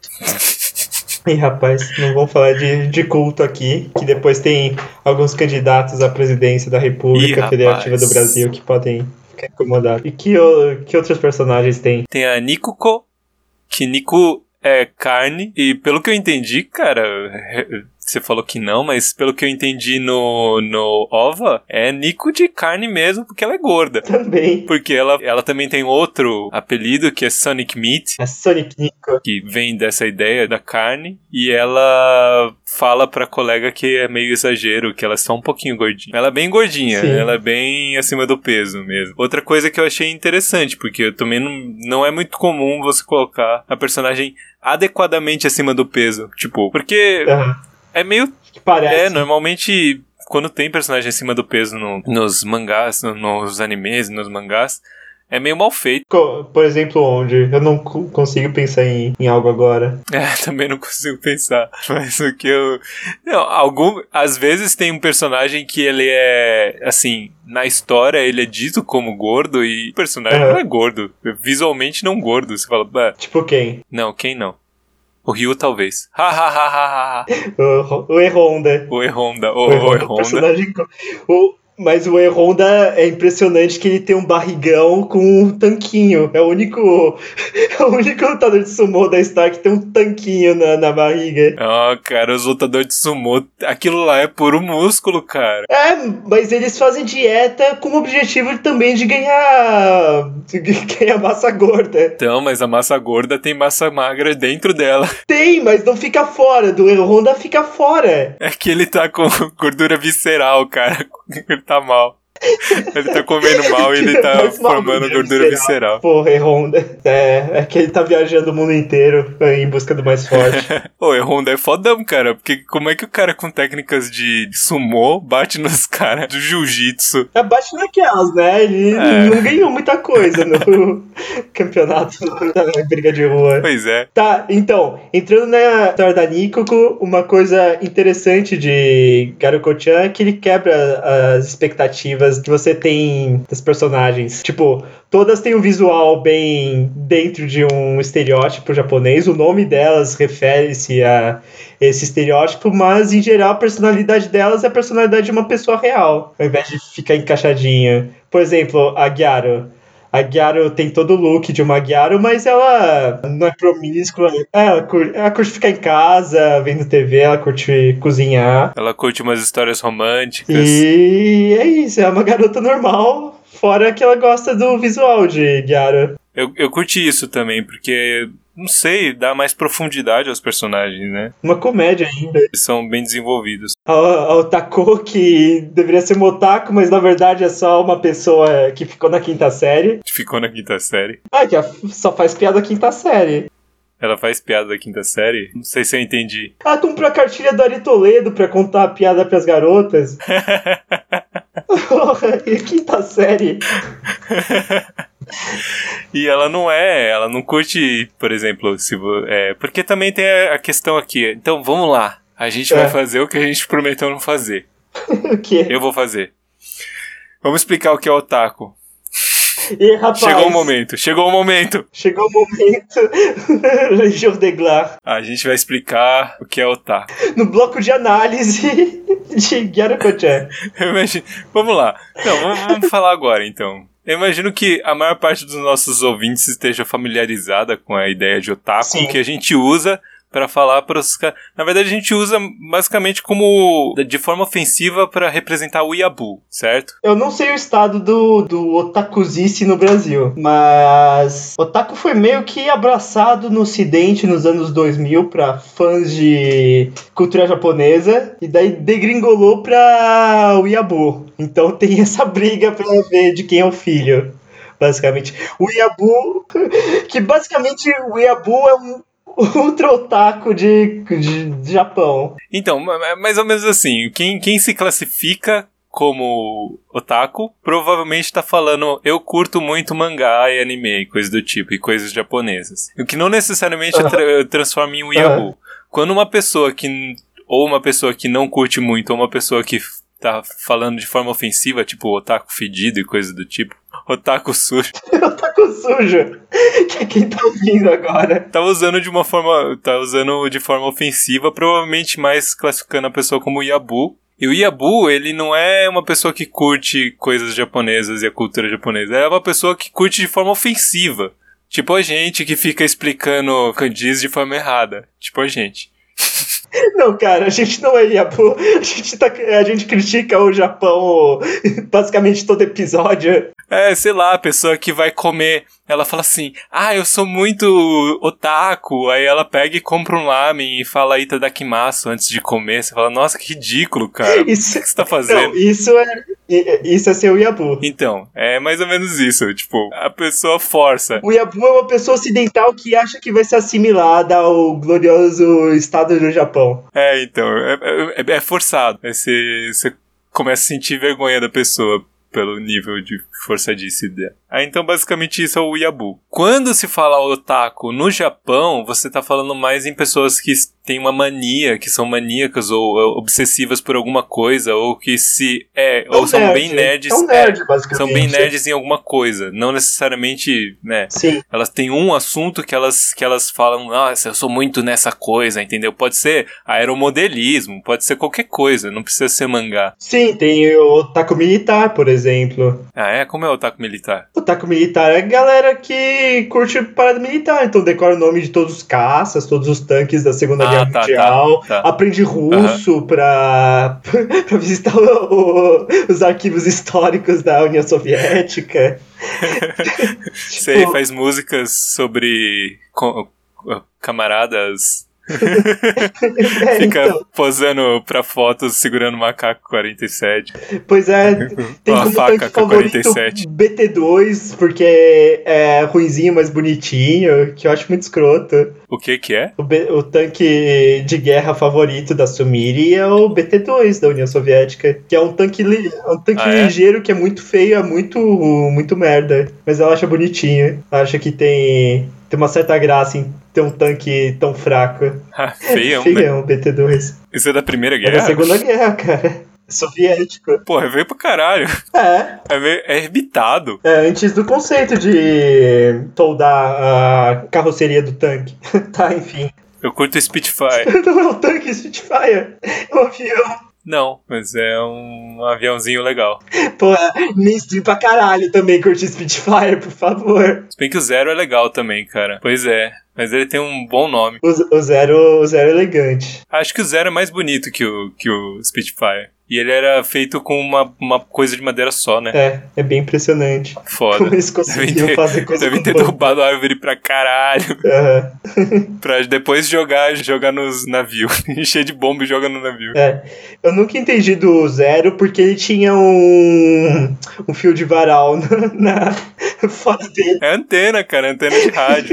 Speaker 1: Ih, rapaz, não vamos falar de, de culto aqui, que depois tem alguns candidatos à presidência da República
Speaker 2: Ih,
Speaker 1: Federativa
Speaker 2: rapaz.
Speaker 1: do Brasil que podem ficar incomodados. E que, o- que outros personagens tem?
Speaker 2: Tem a Nikuko, que Niku é carne, e pelo que eu entendi, cara, você falou que não, mas pelo que eu entendi no, no OVA, é Niku de carne mesmo, porque ela é gorda.
Speaker 1: Também.
Speaker 2: Porque ela, ela também tem outro apelido, que é Sonic Meat,
Speaker 1: A Sonic Nico.
Speaker 2: que vem dessa ideia da carne, e ela fala pra colega que é meio exagero, que ela é só um pouquinho gordinha. Ela é bem gordinha,
Speaker 1: Sim.
Speaker 2: ela é bem acima do peso mesmo. Outra coisa que eu achei interessante, porque eu também não, não é muito comum você colocar a personagem adequadamente acima do peso. Tipo, porque
Speaker 1: Aham.
Speaker 2: é meio...
Speaker 1: Que parece.
Speaker 2: É, normalmente... Quando tem personagem acima do peso no- nos mangás, no- nos animes, nos mangás, é meio mal feito.
Speaker 1: Co- Por exemplo, onde? Eu não co- consigo pensar em, em algo agora.
Speaker 2: É, também não consigo pensar. Mas o que eu... Não, algum... Às vezes tem um personagem que ele é... Assim, na história ele é dito como gordo e o personagem
Speaker 1: Uhum.
Speaker 2: não é gordo. Visualmente não gordo. Você fala, bah,
Speaker 1: Tipo quem?
Speaker 2: não, quem não? O Ryu talvez. Ha, ha, ha, ha, ha.
Speaker 1: O, o E-Honda.
Speaker 2: O E-Honda. O,
Speaker 1: O
Speaker 2: o
Speaker 1: E-Honda é um
Speaker 2: E-Honda.
Speaker 1: personagem... co- O... Mas o E-Honda é impressionante que ele tem um barrigão com um tanquinho. É o único... É o único lutador de sumô da Star que tem um tanquinho na, na barriga.
Speaker 2: Ah, cara, os lutadores de sumô, aquilo lá é puro músculo, cara.
Speaker 1: É, mas eles fazem dieta com o objetivo também de ganhar... De ganhar massa gorda.
Speaker 2: Então, mas a massa gorda tem massa magra dentro dela.
Speaker 1: Tem, mas não fica fora. Do E-Honda fica fora.
Speaker 2: É que ele tá com gordura visceral, cara. Ele tá mal. Ele tá comendo mal e ele tá
Speaker 1: Mais mal
Speaker 2: formando
Speaker 1: do que
Speaker 2: gordura visceral.
Speaker 1: Porra, E-Honda. É, é que ele tá viajando o mundo inteiro em busca do mais forte.
Speaker 2: Ô, o Honda é fodão, cara. Porque como é que o cara com técnicas de sumô bate nos caras do jiu-jitsu?
Speaker 1: Abaixo naquelas, né? Ele
Speaker 2: É.
Speaker 1: não ganhou muita coisa no campeonato da briga de rua.
Speaker 2: Pois é.
Speaker 1: Tá, então, entrando na história da Nikoko, uma coisa interessante de Garuko-chan é que ele quebra as expectativas que você tem das personagens. Tipo, todas têm um visual bem dentro de um estereótipo japonês, o nome delas refere-se a esse estereótipo, mas em geral a personalidade delas é a personalidade de uma pessoa real, ao invés de ficar encaixadinha. Por exemplo, a Gyaru. A Gyaru tem todo o look de uma Gyaru, mas ela não é promíscua. Ela curte, ela curte ficar em casa, vendo T V, ela curte cozinhar.
Speaker 2: Ela curte umas histórias românticas.
Speaker 1: E é isso, é uma garota normal, fora que ela gosta do visual de Gyaru.
Speaker 2: Eu, eu curti isso também, porque não sei, dá mais profundidade aos personagens, né?
Speaker 1: Uma comédia ainda.
Speaker 2: Eles são bem desenvolvidos.
Speaker 1: A, a otaku que deveria ser um otaku, mas na verdade é só uma pessoa que ficou na quinta série.
Speaker 2: Ficou na quinta série.
Speaker 1: Ah, que só faz piada quinta série.
Speaker 2: Ela faz piada da quinta série? Não sei se eu entendi.
Speaker 1: Ah, comprou a cartilha do Ari Toledo pra contar a piada pras garotas. Porra, e quinta série.
Speaker 2: E ela não é, ela não curte, por exemplo, se é, porque também tem a questão aqui. Então vamos lá, a gente é. vai fazer o que a gente prometeu não fazer.
Speaker 1: O quê?
Speaker 2: Eu vou fazer. Vamos explicar o que é otaku.
Speaker 1: E, rapaz,
Speaker 2: chegou o momento, chegou o momento.
Speaker 1: Chegou o momento. Le jour de gloire.
Speaker 2: A gente vai explicar o que é otaku.
Speaker 1: No bloco de análise de Gyarakoche.
Speaker 2: Vamos lá. Não, vamos, vamos falar agora, então. Eu imagino que a maior parte dos nossos ouvintes esteja familiarizada com a ideia de otaku. Sim. Que a gente usa para falar para os caras. Na verdade, a gente usa basicamente como de forma ofensiva para representar o Weeaboo, certo?
Speaker 1: Eu não sei o estado do, do otakuzice no Brasil, mas otaku foi meio que abraçado no ocidente nos anos dois mil para fãs de cultura japonesa e daí degringolou para Weeaboo. Então tem essa briga para ver de quem é o filho, basicamente. O Weeaboo, que basicamente o Weeaboo é um ultra otaku de, de, de Japão.
Speaker 2: Então, mais ou menos assim, quem, quem se classifica como otaku provavelmente tá falando eu curto muito mangá e anime e coisas do tipo, e coisas japonesas. O que não necessariamente uh-huh. tra- transforma em Weeaboo. Uh-huh. Quando uma pessoa que, ou uma pessoa que não curte muito, ou uma pessoa que tá falando de forma ofensiva, tipo otaku fedido e coisas do tipo, otaku sujo.
Speaker 1: Otaku sujo. Que é quem tá ouvindo agora.
Speaker 2: Tá usando de uma forma. Tá usando de forma ofensiva, provavelmente mais classificando a pessoa como Weeaboo. E o Weeaboo, ele não é uma pessoa que curte coisas japonesas e a cultura japonesa. É uma pessoa que curte de forma ofensiva. Tipo a gente que fica explicando kanjis de forma errada. Tipo a gente.
Speaker 1: Não, cara, a gente não é Weeaboo. A gente, tá, a gente critica o Japão basicamente todo episódio.
Speaker 2: É, sei lá, a pessoa que vai comer, ela fala assim, ah, eu sou muito otaku, aí ela pega e compra um lamen e fala itadakimasu antes de comer, você fala, nossa, que ridículo, cara,
Speaker 1: isso,
Speaker 2: o que você tá fazendo?
Speaker 1: Não, isso é, isso é ser Weeaboo.
Speaker 2: Então, é mais ou menos isso, tipo, a pessoa força.
Speaker 1: O Weeaboo é uma pessoa ocidental que acha que vai ser assimilada ao glorioso estado do Japão.
Speaker 2: É, então, é, é, é forçado, você, você começa a sentir vergonha da pessoa pelo nível de forçadice dela. Ah, então basicamente isso é o Weeaboo. Quando se fala otaku no Japão, você tá falando mais em pessoas que têm uma mania, que são maníacas ou, ou obsessivas por alguma coisa, ou que se é, é ou são nerd. bem nerds.
Speaker 1: É um nerd, basicamente.
Speaker 2: São bem nerds em alguma coisa. Não necessariamente, né?
Speaker 1: Sim.
Speaker 2: Elas têm um assunto que elas, que elas falam, nossa, eu sou muito nessa coisa, entendeu? Pode ser aeromodelismo, pode ser qualquer coisa, não precisa ser mangá.
Speaker 1: Sim, tem o otaku militar, por exemplo.
Speaker 2: Ah, é? Como é o otaku militar?
Speaker 1: Otaku militar é a galera que curte parada militar, então decora o nome de todos os caças, todos os tanques da Segunda
Speaker 2: ah,
Speaker 1: Guerra
Speaker 2: tá,
Speaker 1: Mundial,
Speaker 2: tá, tá.
Speaker 1: aprende russo uhum. pra, pra visitar o, o, os arquivos históricos da União Soviética.
Speaker 2: Sei, tipo... faz músicas sobre com, camaradas... é, Fica então. posando pra fotos segurando o macaco quarenta e sete.
Speaker 1: Pois é, tem
Speaker 2: uma
Speaker 1: como
Speaker 2: faca
Speaker 1: tanque favorito B T dois, porque é, é ruinzinho, mas bonitinho, que eu acho muito escroto.
Speaker 2: O que que é?
Speaker 1: O, B, o tanque de guerra favorito da Sumiri é o B T dois da União Soviética, que é um tanque, li, um tanque ah, ligeiro é? que é muito feio, é muito, muito merda, mas ela acha bonitinho. Ela acha que tem... Tem uma certa graça em ter um tanque tão fraco.
Speaker 2: Ah, feião,
Speaker 1: feião, B T dois.
Speaker 2: Isso é da Primeira Guerra?
Speaker 1: É da Segunda Guerra, cara. Soviético.
Speaker 2: Porra, veio pro caralho.
Speaker 1: É.
Speaker 2: É, meio, é herbitado.
Speaker 1: É, antes do conceito de soldar a carroceria do tanque. Tá, enfim.
Speaker 2: Eu curto o Spitfire.
Speaker 1: Não é um tanque Spitfire, é um avião.
Speaker 2: Não, mas é um aviãozinho legal.
Speaker 1: Pô, mainstream pra caralho também curtir Spitfire, por favor.
Speaker 2: Se bem que o Zero é legal também, cara. Pois é, mas ele tem um bom nome.
Speaker 1: O, o, Zero, o Zero é elegante.
Speaker 2: Acho que o Zero é mais bonito que o, que o Spitfire. E ele era feito com uma, uma coisa de madeira só, né?
Speaker 1: É, é bem impressionante.
Speaker 2: Foda.
Speaker 1: Como eles conseguiam
Speaker 2: ter,
Speaker 1: fazer coisa
Speaker 2: devem
Speaker 1: com
Speaker 2: ter
Speaker 1: bambu.
Speaker 2: derrubado a árvore pra caralho.
Speaker 1: Uhum.
Speaker 2: Pra depois jogar, jogar nos navios. Encher de bomba e joga no navio.
Speaker 1: É. Eu nunca entendi do Zero porque ele tinha um, um fio de varal na, na fora dele.
Speaker 2: É antena, cara. Antena de rádio.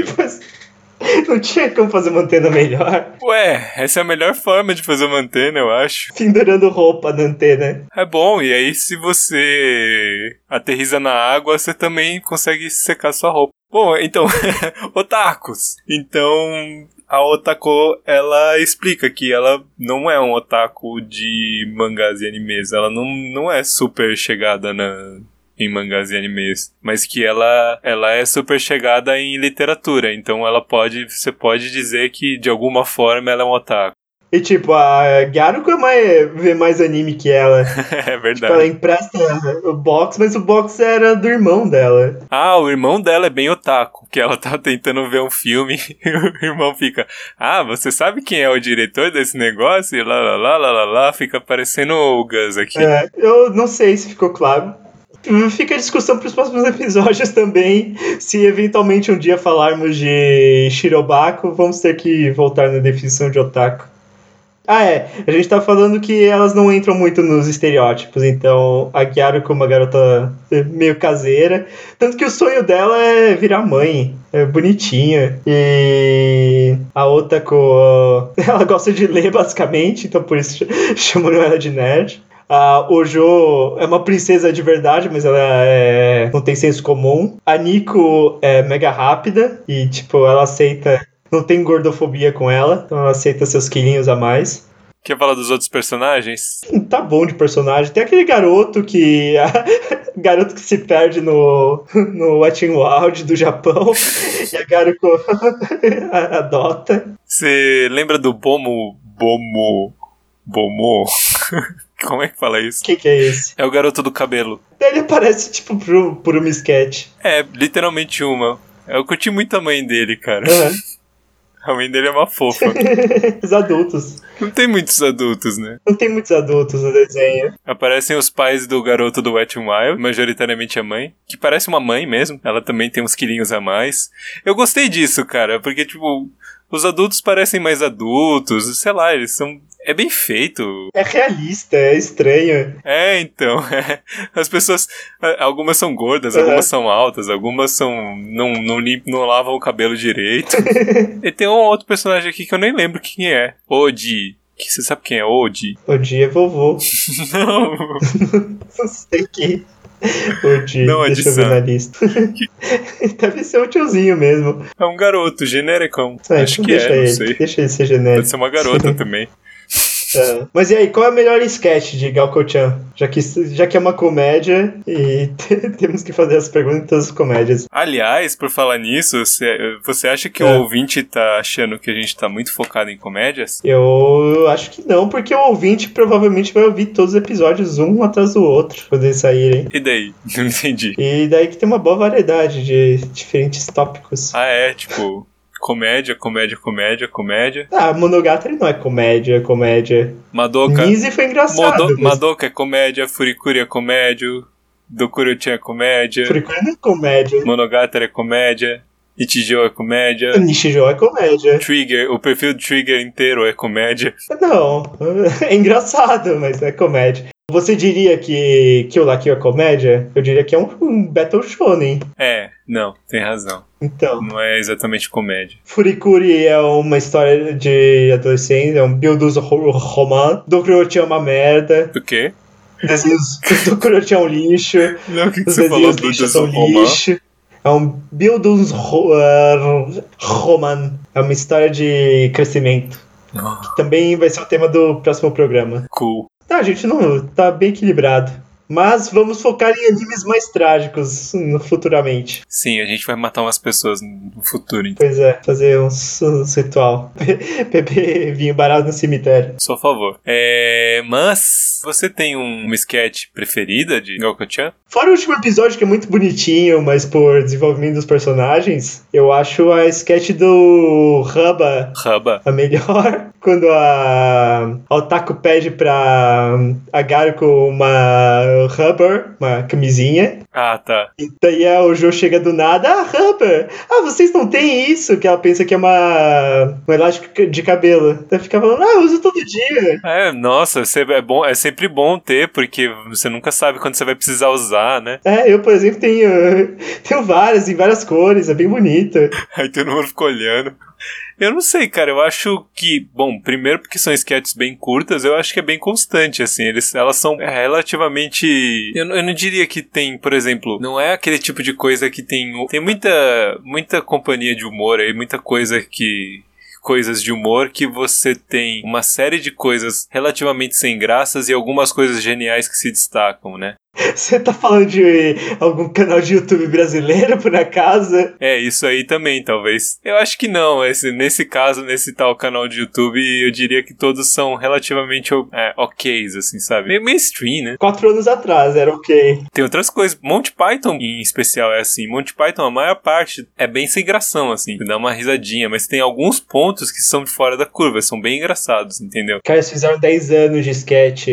Speaker 1: Não tinha como fazer uma antena melhor.
Speaker 2: Ué, essa é a melhor forma de fazer uma antena, eu acho.
Speaker 1: Pendurando roupa na antena.
Speaker 2: É bom, e aí se você aterriza na água, você também consegue secar sua roupa. Bom, então, otakus. Então, a Otako, ela explica que ela não é um otaku de mangás e animes. Ela não, não é super chegada na... em mangás e animes, mas que ela, ela é super chegada em literatura, então ela pode, você pode dizer que de alguma forma ela é um otaku.
Speaker 1: E tipo, a Garuko é mais, vê mais anime que ela.
Speaker 2: É verdade.
Speaker 1: Tipo, ela empresta o box, mas o box era do irmão dela.
Speaker 2: Ah, o irmão dela é bem otaku, que ela tá tentando ver um filme e o irmão fica, ah, você sabe quem é o diretor desse negócio? E lá, lá, lá, lá, lá, lá, fica parecendo o Gus aqui.
Speaker 1: É, eu não sei se ficou claro. Fica a discussão para os próximos episódios também. Se eventualmente um dia falarmos de Shirobako, vamos ter que voltar na definição de otaku. Ah, é. A gente tá falando que elas não entram muito nos estereótipos. Então, a Gyaruko é uma garota meio caseira. Tanto que o sonho dela é virar mãe. É bonitinha. E a Otako, ela gosta de ler, basicamente. Então, por isso chamam ela de nerd. A Ojo é uma princesa de verdade, mas ela é... não tem senso comum. A Nico é mega rápida e, tipo, ela aceita... Não tem gordofobia com ela, então ela aceita seus quilinhos a mais.
Speaker 2: Quer falar dos outros personagens?
Speaker 1: Tá bom de personagem. Tem aquele garoto que... garoto que se perde no, no Wet n Wild do Japão e a Garuko adota.
Speaker 2: Você lembra do Bomo... Bomo... Bomo... Como é que fala isso?
Speaker 1: O que, que é esse?
Speaker 2: É o garoto do cabelo.
Speaker 1: Ele aparece, tipo, por, por uma sketch.
Speaker 2: É, literalmente uma. Eu curti muito a mãe dele, cara.
Speaker 1: Uhum.
Speaker 2: A mãe dele é uma fofa.
Speaker 1: Os adultos.
Speaker 2: Não tem muitos adultos, né?
Speaker 1: Não tem muitos adultos no desenho.
Speaker 2: Aparecem os pais do garoto do Wet n Wild, majoritariamente a mãe, que parece uma mãe mesmo. Ela também tem uns quilinhos a mais. Eu gostei disso, cara, porque, tipo, os adultos parecem mais adultos, sei lá, eles são... É bem feito.
Speaker 1: É realista, é estranho.
Speaker 2: É, então. É. As pessoas... Algumas são gordas, uhum. Algumas são altas, algumas são... Não, não, limp, não lavam o cabelo direito. E tem um outro personagem aqui que eu nem lembro quem é. Oji. Que você sabe quem é Oji?
Speaker 1: Oji é vovô.
Speaker 2: Não.
Speaker 1: Não sei quem. Oji,
Speaker 2: não, é
Speaker 1: deixa eu ver na lista. Deve ser um tiozinho mesmo.
Speaker 2: É um garoto, genericão.
Speaker 1: Ah,
Speaker 2: Acho
Speaker 1: então
Speaker 2: que é,
Speaker 1: ele.
Speaker 2: não sei.
Speaker 1: Deixa ele ser genérico.
Speaker 2: Pode ser uma garota também.
Speaker 1: Tá. Mas e aí, qual é o melhor sketch de Galco-chan? Já que, já que é uma comédia e temos que fazer as perguntas comédias.
Speaker 2: Aliás, por falar nisso, você, você acha que é. o ouvinte tá achando que a gente tá muito focado em comédias?
Speaker 1: Eu acho que não, porque o ouvinte provavelmente vai ouvir todos os episódios um atrás do outro quando eles saírem.
Speaker 2: E daí? Não entendi.
Speaker 1: E daí que tem uma boa variedade de diferentes tópicos.
Speaker 2: Ah, é? Tipo... Comédia, comédia, comédia, comédia.
Speaker 1: Ah, Monogatari não é comédia, comédia.
Speaker 2: Madoka.
Speaker 1: Nise foi engraçado.
Speaker 2: Modo,
Speaker 1: mas...
Speaker 2: Madoka é comédia, Furikuri é comédia, Dokuro-chan é comédia.
Speaker 1: Furikuri não é comédia.
Speaker 2: Monogatari é comédia, Ichijou é comédia.
Speaker 1: Nishijou é comédia.
Speaker 2: Trigger, o perfil do Trigger inteiro é comédia.
Speaker 1: Não, é engraçado, mas não é comédia. Você diria que Kill la Kill é comédia? Eu diria que é um, um Battle Shonen.
Speaker 2: É, não, tem razão.
Speaker 1: Então.
Speaker 2: Não é exatamente comédia.
Speaker 1: Furikuri é uma história de adolescência, é um Bildus romance. Dokuro-chan é uma merda.
Speaker 2: O quê?
Speaker 1: Desenhos Dokuro-chan é um lixo.
Speaker 2: Não, o que, que
Speaker 1: Os
Speaker 2: você falou do
Speaker 1: lixos são
Speaker 2: romance?
Speaker 1: lixo. É um Bildus uh, roman. É uma história de crescimento.
Speaker 2: Oh.
Speaker 1: Que também vai ser o tema do próximo programa.
Speaker 2: Cool.
Speaker 1: Tá, gente, não, tá bem equilibrado. Mas vamos focar em animes mais trágicos no, futuramente.
Speaker 2: Sim, a gente vai matar umas pessoas no futuro. Então.
Speaker 1: Pois é, fazer um, um ritual. Beber vinho barato no cemitério.
Speaker 2: Sou a favor. É, mas você tem um, uma sketch preferida de Gakko-chan?
Speaker 1: Fora o último episódio, que é muito bonitinho, mas por desenvolvimento dos personagens, eu acho a sketch do Haba,
Speaker 2: Haba.
Speaker 1: a melhor. Quando a, a Otaku pede pra a Garuko uma rubber, uma camisinha.
Speaker 2: Ah, tá.
Speaker 1: E daí o Jo chega do nada, ah, rubber, ah, vocês não têm isso? Que ela pensa que é uma um elástico de cabelo. Ela fica falando, ah, eu uso todo dia.
Speaker 2: É, nossa, é, bom, é sempre bom ter, porque você nunca sabe quando você vai precisar usar, né?
Speaker 1: É, eu, por exemplo, tenho, tenho várias, em várias cores, é bem bonita.
Speaker 2: Aí todo mundo fica olhando. Eu não sei, cara, eu acho que, bom, primeiro porque são sketches bem curtas, eu acho que é bem constante, assim, eles, elas são relativamente, eu, eu não diria que tem, por exemplo, não é aquele tipo de coisa que tem, tem muita, muita companhia de humor aí, muita coisa que... coisas de humor que você tem uma série de coisas relativamente sem graças e algumas coisas geniais que se destacam, né?
Speaker 1: Você tá falando de algum canal de YouTube brasileiro, por acaso?
Speaker 2: É, isso aí também, talvez. Eu acho que não. Esse, nesse caso, nesse tal canal de YouTube, eu diria que todos são relativamente é, ok's, assim, sabe? Meio mainstream, né?
Speaker 1: Quatro anos atrás era ok.
Speaker 2: Tem outras coisas. Monty Python, em especial, é assim. Monty Python, a maior parte, é bem sem gração, assim. Dá uma risadinha, mas tem alguns pontos que são de fora da curva. São bem engraçados, entendeu?
Speaker 1: Cara, eles fizeram dez anos de sketch.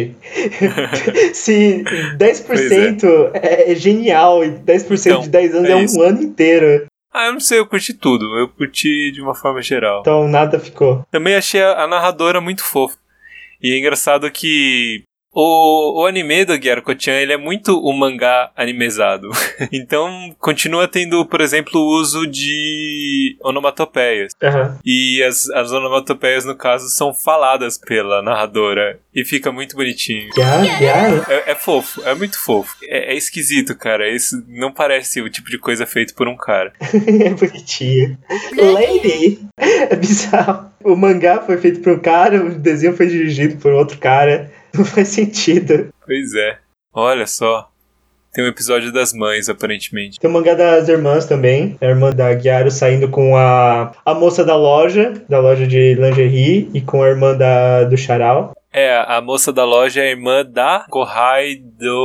Speaker 1: Se dez por cento é. é genial e dez por cento então, de dez anos é, é um ano inteiro.
Speaker 2: Ah, eu não sei, eu curti tudo. Eu curti de uma forma geral.
Speaker 1: Então nada ficou.
Speaker 2: Também achei a, a narradora muito fofa. E é engraçado que o, o anime do Gakko-chan, ele é muito o mangá animezado. Então, continua tendo, por exemplo, o uso de onomatopeias.
Speaker 1: Uhum.
Speaker 2: E as, as onomatopeias, no caso, são faladas pela narradora. E fica muito bonitinho.
Speaker 1: Yeah, yeah.
Speaker 2: É, é fofo, é muito fofo. É, é esquisito, cara. Isso não parece o tipo de coisa feito por um cara.
Speaker 1: É bonitinho. Lady! É bizarro. O mangá foi feito por um cara, o desenho foi dirigido por outro cara. Não faz sentido.
Speaker 2: Pois é. Olha só. Tem um episódio das mães, aparentemente.
Speaker 1: Tem o mangá das irmãs também. A irmã da Gyaru saindo com a, a moça da loja, da loja de lingerie, e com a irmã da, do Charal.
Speaker 2: É, a moça da loja é a irmã da Kohai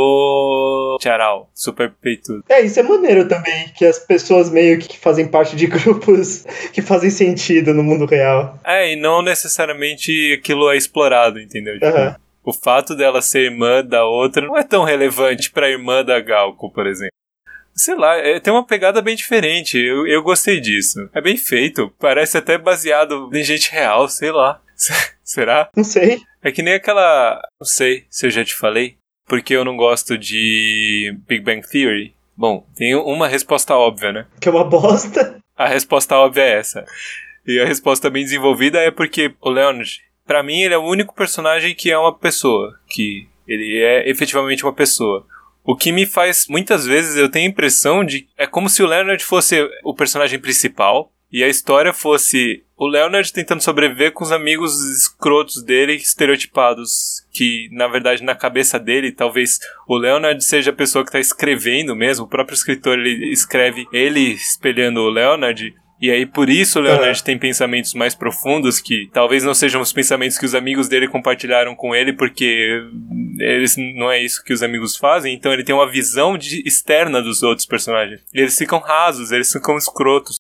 Speaker 2: do Charal, super peitudo.
Speaker 1: É, isso é maneiro também, que as pessoas meio que fazem parte de grupos que fazem sentido no mundo real.
Speaker 2: É, e não necessariamente aquilo é explorado, entendeu?
Speaker 1: Aham. Uhum.
Speaker 2: O fato dela ser irmã da outra não é tão relevante pra irmã da Galco, por exemplo. Sei lá, é, tem uma pegada bem diferente. Eu, eu gostei disso. É bem feito. Parece até baseado em gente real, sei lá. Será?
Speaker 1: Não sei.
Speaker 2: É que nem aquela... Não sei se eu já te falei. Porque eu não gosto de Big Bang Theory. Bom, tem uma resposta óbvia, né?
Speaker 1: Que é uma bosta.
Speaker 2: A resposta óbvia é essa. E a resposta bem desenvolvida é porque o Leonard... Pra mim, ele é o único personagem que é uma pessoa. Que ele é efetivamente uma pessoa. O que me faz, muitas vezes, eu tenho a impressão de... É como se o Leonard fosse o personagem principal. E a história fosse o Leonard tentando sobreviver com os amigos escrotos dele, estereotipados. Que, na verdade, na cabeça dele, talvez o Leonard seja a pessoa que tá escrevendo mesmo. O próprio escritor, ele escreve ele espelhando o Leonard... E aí, por isso, o Leonard é. tem pensamentos mais profundos que talvez não sejam os pensamentos que os amigos dele compartilharam com ele, porque eles, não é isso que os amigos fazem. Então, ele tem uma visão de, externa dos outros personagens. E eles ficam rasos, eles ficam escrotos.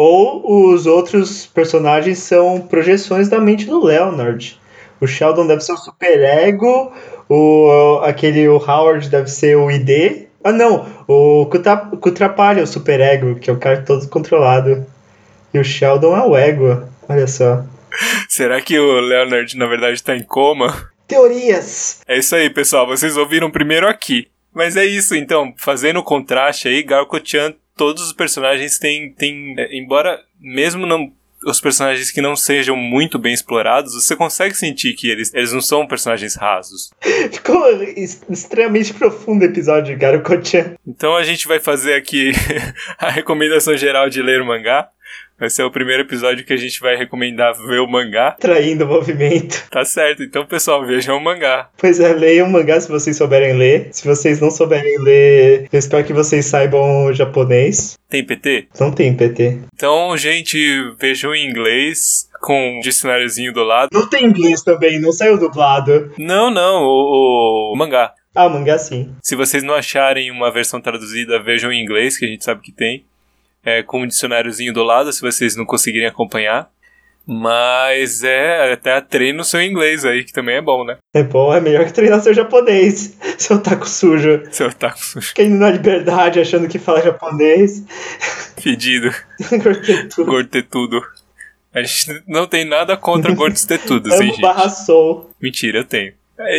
Speaker 1: Ou os outros personagens são projeções da mente do Leonard. O Sheldon deve ser o superego, o, aquele, o Howard deve ser o I D. Ah, não, o Kutrapalha é o superego, que é o cara todo controlado. E o Sheldon é o ego, olha só.
Speaker 2: Será que o Leonard, na verdade, tá em coma?
Speaker 1: Teorias!
Speaker 2: É isso aí, pessoal. Vocês ouviram primeiro aqui. Mas é isso, então. Fazendo o contraste aí, Gakko-chan, todos os personagens têm... têm é, embora, mesmo não, os personagens que não sejam muito bem explorados, você consegue sentir que eles, eles não são personagens rasos.
Speaker 1: Ficou extremamente profundo o episódio de Gakko-chan.
Speaker 2: Então a gente vai fazer aqui a recomendação geral de ler o mangá. Vai ser o primeiro episódio que a gente vai recomendar ver o mangá.
Speaker 1: Traindo o movimento.
Speaker 2: Tá certo, então pessoal, vejam o mangá.
Speaker 1: Pois é, leiam o mangá se vocês souberem ler. Se vocês não souberem ler, eu espero que vocês saibam japonês.
Speaker 2: Tem P T?
Speaker 1: Não tem P T.
Speaker 2: Então, gente, vejam em inglês com um dicionáriozinho do lado.
Speaker 1: Não tem inglês também, não saiu dublado.
Speaker 2: Não, não, o, o mangá.
Speaker 1: Ah, o mangá sim.
Speaker 2: Se vocês não acharem uma versão traduzida, vejam em inglês, que a gente sabe que tem. É, com um dicionáriozinho do lado, se vocês não conseguirem acompanhar. Mas é, até treina o seu inglês aí, que também é bom, né?
Speaker 1: É bom, é melhor que treinar seu japonês. Seu taco sujo.
Speaker 2: Seu taco sujo.
Speaker 1: Caindo na liberdade, achando que fala japonês.
Speaker 2: Fedido.
Speaker 1: Gortetudo.
Speaker 2: Gortetudo. A gente não tem nada contra gordos tetudos, hein, gente?
Speaker 1: Barra soul.
Speaker 2: Mentira, eu tenho.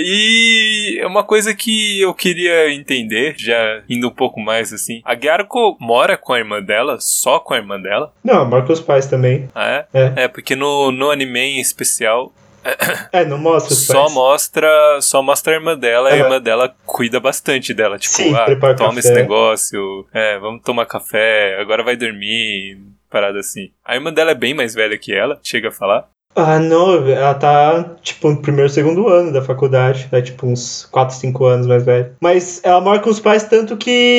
Speaker 2: E uma coisa que eu queria entender, já indo um pouco mais assim, a Gyaruko mora com a irmã dela, só com a irmã dela?
Speaker 1: Não, mora com os pais também.
Speaker 2: Ah, é?
Speaker 1: É,
Speaker 2: É, porque no, no anime em especial,
Speaker 1: é não mostra os
Speaker 2: só
Speaker 1: pais.
Speaker 2: mostra, só mostra a irmã dela, e a
Speaker 1: É.
Speaker 2: irmã dela cuida bastante dela. Tipo,
Speaker 1: Sim,
Speaker 2: ah,
Speaker 1: prepara
Speaker 2: toma
Speaker 1: café.
Speaker 2: esse negócio, é, vamos tomar café, agora vai dormir, parada assim. A irmã dela é bem mais velha que ela, chega a falar.
Speaker 1: Ah, não, ela tá, tipo, no primeiro, segundo ano da faculdade. É, tipo, uns quatro, cinco anos mais velha. Mas ela mora com os pais tanto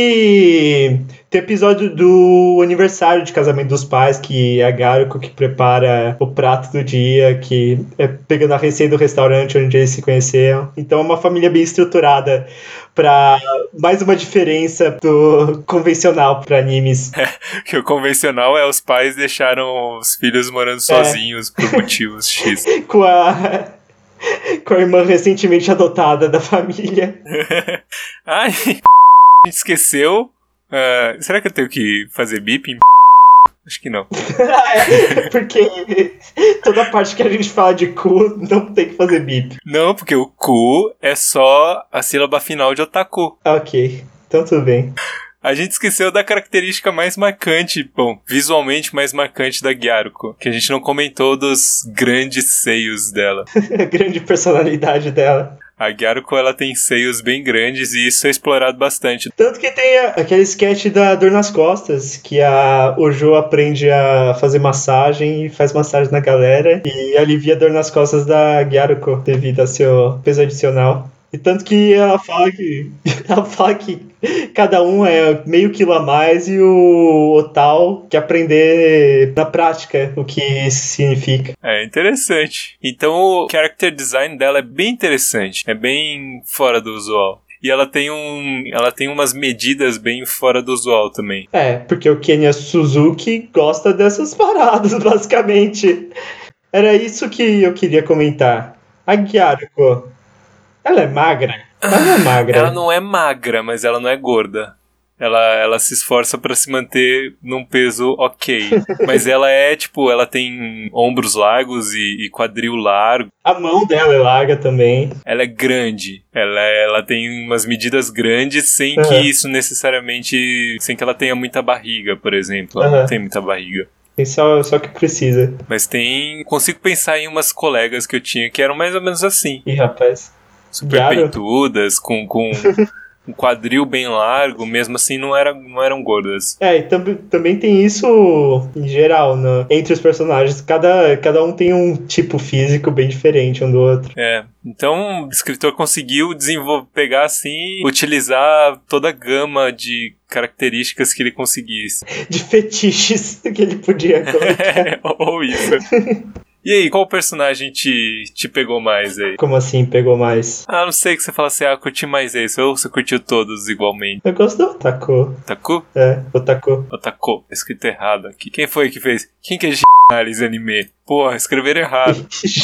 Speaker 1: que tem episódio do aniversário de casamento dos pais, que é a Garuko que prepara o prato do dia, que é pegando a receita do restaurante onde eles se conheceram. Então é uma família bem estruturada pra mais uma diferença do convencional pra animes.
Speaker 2: Que o convencional é os pais deixaram os filhos morando sozinhos por motivos X.
Speaker 1: Com a... com a irmã recentemente adotada da família.
Speaker 2: Ai, a gente esqueceu. Ah, será que eu tenho que fazer bip? Acho que não.
Speaker 1: É, porque toda parte que a gente fala de cu não tem que fazer bip.
Speaker 2: Não, porque o ku é só a sílaba final de otaku.
Speaker 1: Ok, então tudo bem.
Speaker 2: A gente esqueceu da característica mais marcante, bom, visualmente mais marcante da Gyaruko, que a gente não comentou dos grandes seios dela.
Speaker 1: A grande personalidade dela.
Speaker 2: A Gyaruko, ela tem seios bem grandes e isso é explorado bastante.
Speaker 1: Tanto que tem a- aquele sketch da dor nas costas, que a Ojo aprende a fazer massagem e faz massagem na galera e alivia a dor nas costas da Gyaruko devido ao seu peso adicional. E tanto que ela fala que ela fala que cada um é meio quilo a mais e o Otal quer aprender na prática o que isso significa.
Speaker 2: É interessante. Então o character design dela é bem interessante, é bem fora do usual. E ela tem um, ela tem umas medidas bem fora do usual também.
Speaker 1: É, porque o Kenya Suzuki gosta dessas paradas, basicamente. Era isso que eu queria comentar. A Gyaruko, ela é magra? Ela não é magra.
Speaker 2: Ela não é magra, mas ela não é gorda. Ela, ela se esforça pra se manter num peso ok. Mas ela é, tipo, ela tem ombros largos e, e quadril largo.
Speaker 1: A mão dela é larga também.
Speaker 2: Ela é grande. Ela, ela tem umas medidas grandes sem
Speaker 1: Uhum.
Speaker 2: que isso necessariamente... Sem que ela tenha muita barriga, por exemplo. Ela
Speaker 1: Uhum.
Speaker 2: não tem muita barriga.
Speaker 1: Tem só, só que precisa.
Speaker 2: Mas tem... Consigo pensar em umas colegas que eu tinha que eram mais ou menos assim.
Speaker 1: Ih, rapaz.
Speaker 2: Super
Speaker 1: Garo?
Speaker 2: peitudas, com... com um quadril bem largo, mesmo assim não, era, não eram gordas.
Speaker 1: É, e tam- também tem isso em geral, né? Entre os personagens. Cada, cada um tem um tipo físico bem diferente um do outro.
Speaker 2: É, então o escritor conseguiu desenvolver, pegar assim, utilizar toda a gama de características que ele conseguisse.
Speaker 1: De fetiches que ele podia colocar.
Speaker 2: Ou isso. E aí, qual personagem te, te pegou mais aí?
Speaker 1: Como assim pegou mais?
Speaker 2: Ah, não sei que você fala assim, ah, curti mais esse, ou você curtiu todos igualmente.
Speaker 1: Eu gosto do Otaku.
Speaker 2: Otaku?
Speaker 1: É, Otaku.
Speaker 2: Otaku, escrito errado aqui. Quem foi que fez? Quem que é de análise anime? Porra, escreveram errado.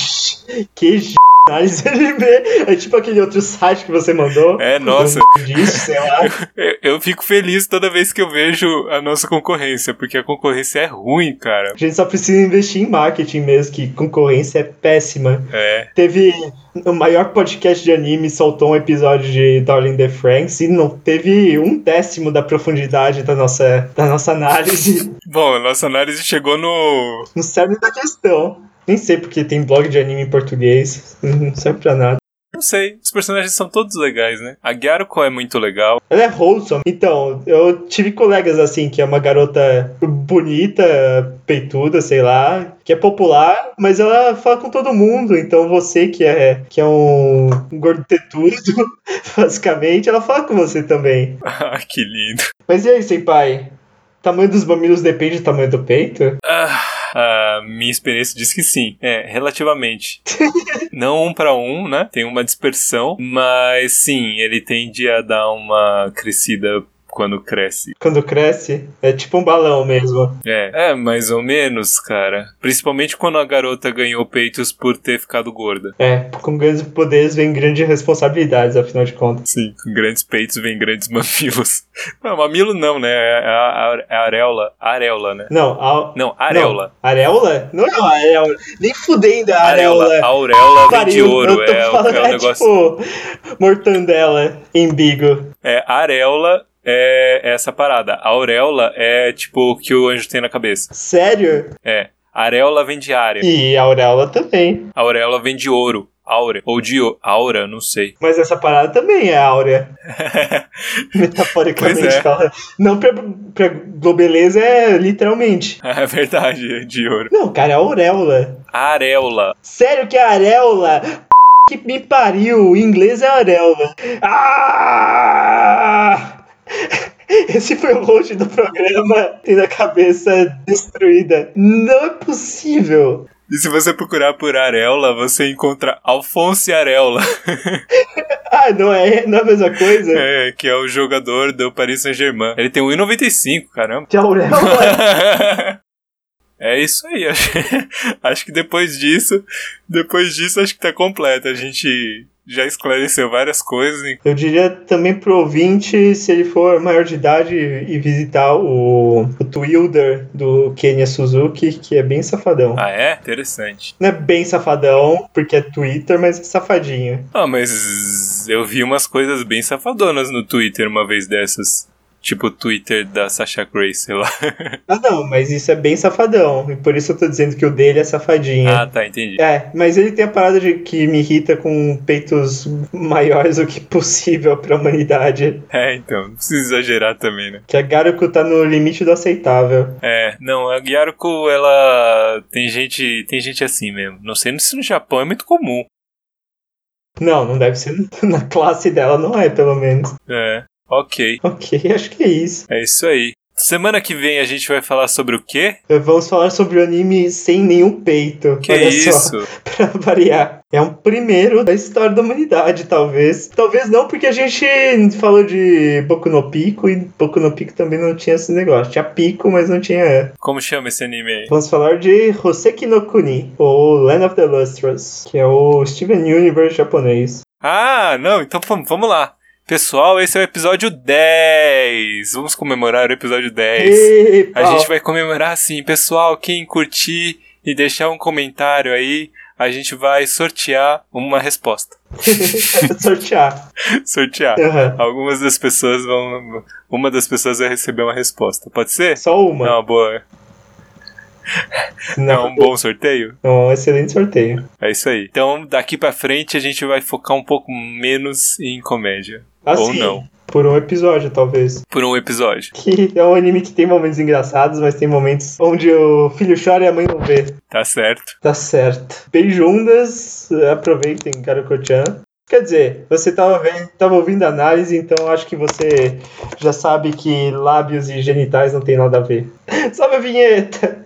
Speaker 1: Que j... análise anime. É tipo aquele outro site que você mandou.
Speaker 2: É, nossa.
Speaker 1: Um disso, sei lá.
Speaker 2: Eu, eu fico feliz toda vez que eu vejo a nossa concorrência, porque a concorrência é ruim, cara.
Speaker 1: A gente só precisa investir em marketing mesmo, que concorrência é péssima.
Speaker 2: É.
Speaker 1: Teve o maior podcast de anime, soltou um episódio de Darling in the Franxx e não teve um décimo da profundidade da nossa, da nossa análise
Speaker 2: Bom, a nossa análise chegou no...
Speaker 1: no cerne da questão. Nem sei porque tem blog de anime em português, não serve pra nada.
Speaker 2: Não sei, os personagens são todos legais, né? A Gyaruko é muito legal.
Speaker 1: Ela é wholesome. Então, eu tive colegas assim, que é uma garota bonita, peituda, sei lá, que é popular, mas ela fala com todo mundo. Então você que é, que é um gordo tetudo, basicamente, ela fala com você também.
Speaker 2: Ah, que lindo.
Speaker 1: Mas e aí, senpai? O tamanho dos mamilos depende do tamanho do peito?
Speaker 2: Ah, a minha experiência diz que sim. É, relativamente. Não um pra um, né? Tem uma dispersão, mas sim, ele tende a dar uma crescida quando cresce.
Speaker 1: Quando cresce, é tipo um balão mesmo.
Speaker 2: É, é, mais ou menos, cara. Principalmente quando a garota ganhou peitos por ter ficado gorda.
Speaker 1: É, com grandes poderes vem grandes responsabilidades, afinal de contas.
Speaker 2: Sim, com grandes peitos vem grandes mamilos. Não, mamilo não, né? É a, a, a areola. Areola, né?
Speaker 1: Não, a...
Speaker 2: Não, areola.
Speaker 1: Não, areola? Não é uma areola. Nem fudendo a
Speaker 2: Areola.
Speaker 1: areola.
Speaker 2: A auréola vem de
Speaker 1: Pariu,
Speaker 2: ouro.
Speaker 1: eu tô
Speaker 2: É,
Speaker 1: falando,
Speaker 2: é o
Speaker 1: é
Speaker 2: negócio.
Speaker 1: tipo mortandela, embigo.
Speaker 2: É, areola é essa parada. A auréola é tipo o que o anjo tem na cabeça.
Speaker 1: Sério?
Speaker 2: É. A areola vem de área.
Speaker 1: E a auréola também.
Speaker 2: A auréola vem de ouro. Áurea. Ou de o- aura, não sei.
Speaker 1: Mas essa parada também é áurea. Metaforicamente
Speaker 2: Pois é.
Speaker 1: falando. Não pra, pra globeleza é literalmente.
Speaker 2: É verdade, é de ouro.
Speaker 1: Não, cara, é auréola.
Speaker 2: Areola.
Speaker 1: Sério que é areola? Que me pariu. Em inglês é auréola. Ah! Esse foi o host do programa tendo a cabeça destruída. Não é possível.
Speaker 2: E se você procurar por areola, você encontra Alphonse Areola.
Speaker 1: Ah, não é, não é a mesma coisa?
Speaker 2: É, que é o jogador do Paris Saint-Germain. Ele tem um e noventa e cinco, caramba.
Speaker 1: De auréola?
Speaker 2: É isso aí. Acho, acho que depois disso, depois disso acho que tá completo. A gente já esclareceu várias coisas.
Speaker 1: Eu diria também pro ouvinte, se ele for maior de idade e visitar o, o Twitter do Kenya Suzuki, que é bem safadão.
Speaker 2: Ah, é? Interessante.
Speaker 1: Não é bem safadão, porque é Twitter, mas é safadinho.
Speaker 2: Ah, mas eu vi umas coisas bem safadonas no Twitter uma vez dessas. Tipo o Twitter da Sasha Grey, sei lá.
Speaker 1: Ah, não, mas isso é bem safadão. E por isso eu tô dizendo que o dele é safadinho.
Speaker 2: Ah, tá, entendi.
Speaker 1: É, mas ele tem a parada de que me irrita com peitos maiores do que possível pra humanidade.
Speaker 2: É, então, não precisa exagerar também, né?
Speaker 1: Que a Garuko tá no limite do aceitável.
Speaker 2: É, não, a Gyaruko, ela tem gente, tem gente assim mesmo. Não sei se no Japão é muito comum.
Speaker 1: Não, não deve ser. Na classe dela não é, pelo menos.
Speaker 2: É, ok.
Speaker 1: Ok, acho que é isso.
Speaker 2: É isso aí. Semana que vem a gente vai falar sobre o quê?
Speaker 1: Vamos falar sobre o anime sem nenhum peito.
Speaker 2: Que
Speaker 1: Olha
Speaker 2: isso?
Speaker 1: só, pra variar. É um primeiro da história da humanidade, talvez. Talvez não, porque a gente falou de Boku no Pico e Boku no Pico também não tinha esse negócio. Tinha pico, mas não tinha.
Speaker 2: Como chama esse anime aí?
Speaker 1: Vamos falar de Hoseki no Kuni, ou Land of the Lustrous, que é o Steven Universe japonês.
Speaker 2: Ah, não, então vamos, vamos lá. Pessoal, esse é o episódio dez. Vamos comemorar o episódio dez.
Speaker 1: E,
Speaker 2: A gente vai comemorar assim, pessoal, quem curtir e deixar um comentário aí, a gente vai sortear uma resposta.
Speaker 1: sortear.
Speaker 2: Sortear.
Speaker 1: Uhum.
Speaker 2: Algumas das pessoas vão... Uma das pessoas vai receber uma resposta. Pode ser?
Speaker 1: Só uma.
Speaker 2: Não, boa. Não, é um bom sorteio?
Speaker 1: É um excelente sorteio.
Speaker 2: É isso aí. Então, daqui pra frente, a gente vai focar um pouco menos em comédia.
Speaker 1: Assim,
Speaker 2: Ou não.
Speaker 1: Por um episódio, talvez.
Speaker 2: Por um episódio.
Speaker 1: Que é um anime que tem momentos engraçados, mas tem momentos onde o filho chora e a mãe não vê.
Speaker 2: Tá certo.
Speaker 1: Tá certo. Beijundas, aproveitem, Garuko-chan. Quer dizer, você tava, vendo, tava ouvindo a análise, então acho que você já sabe que lábios e genitais não tem nada a ver. Sobe a vinheta!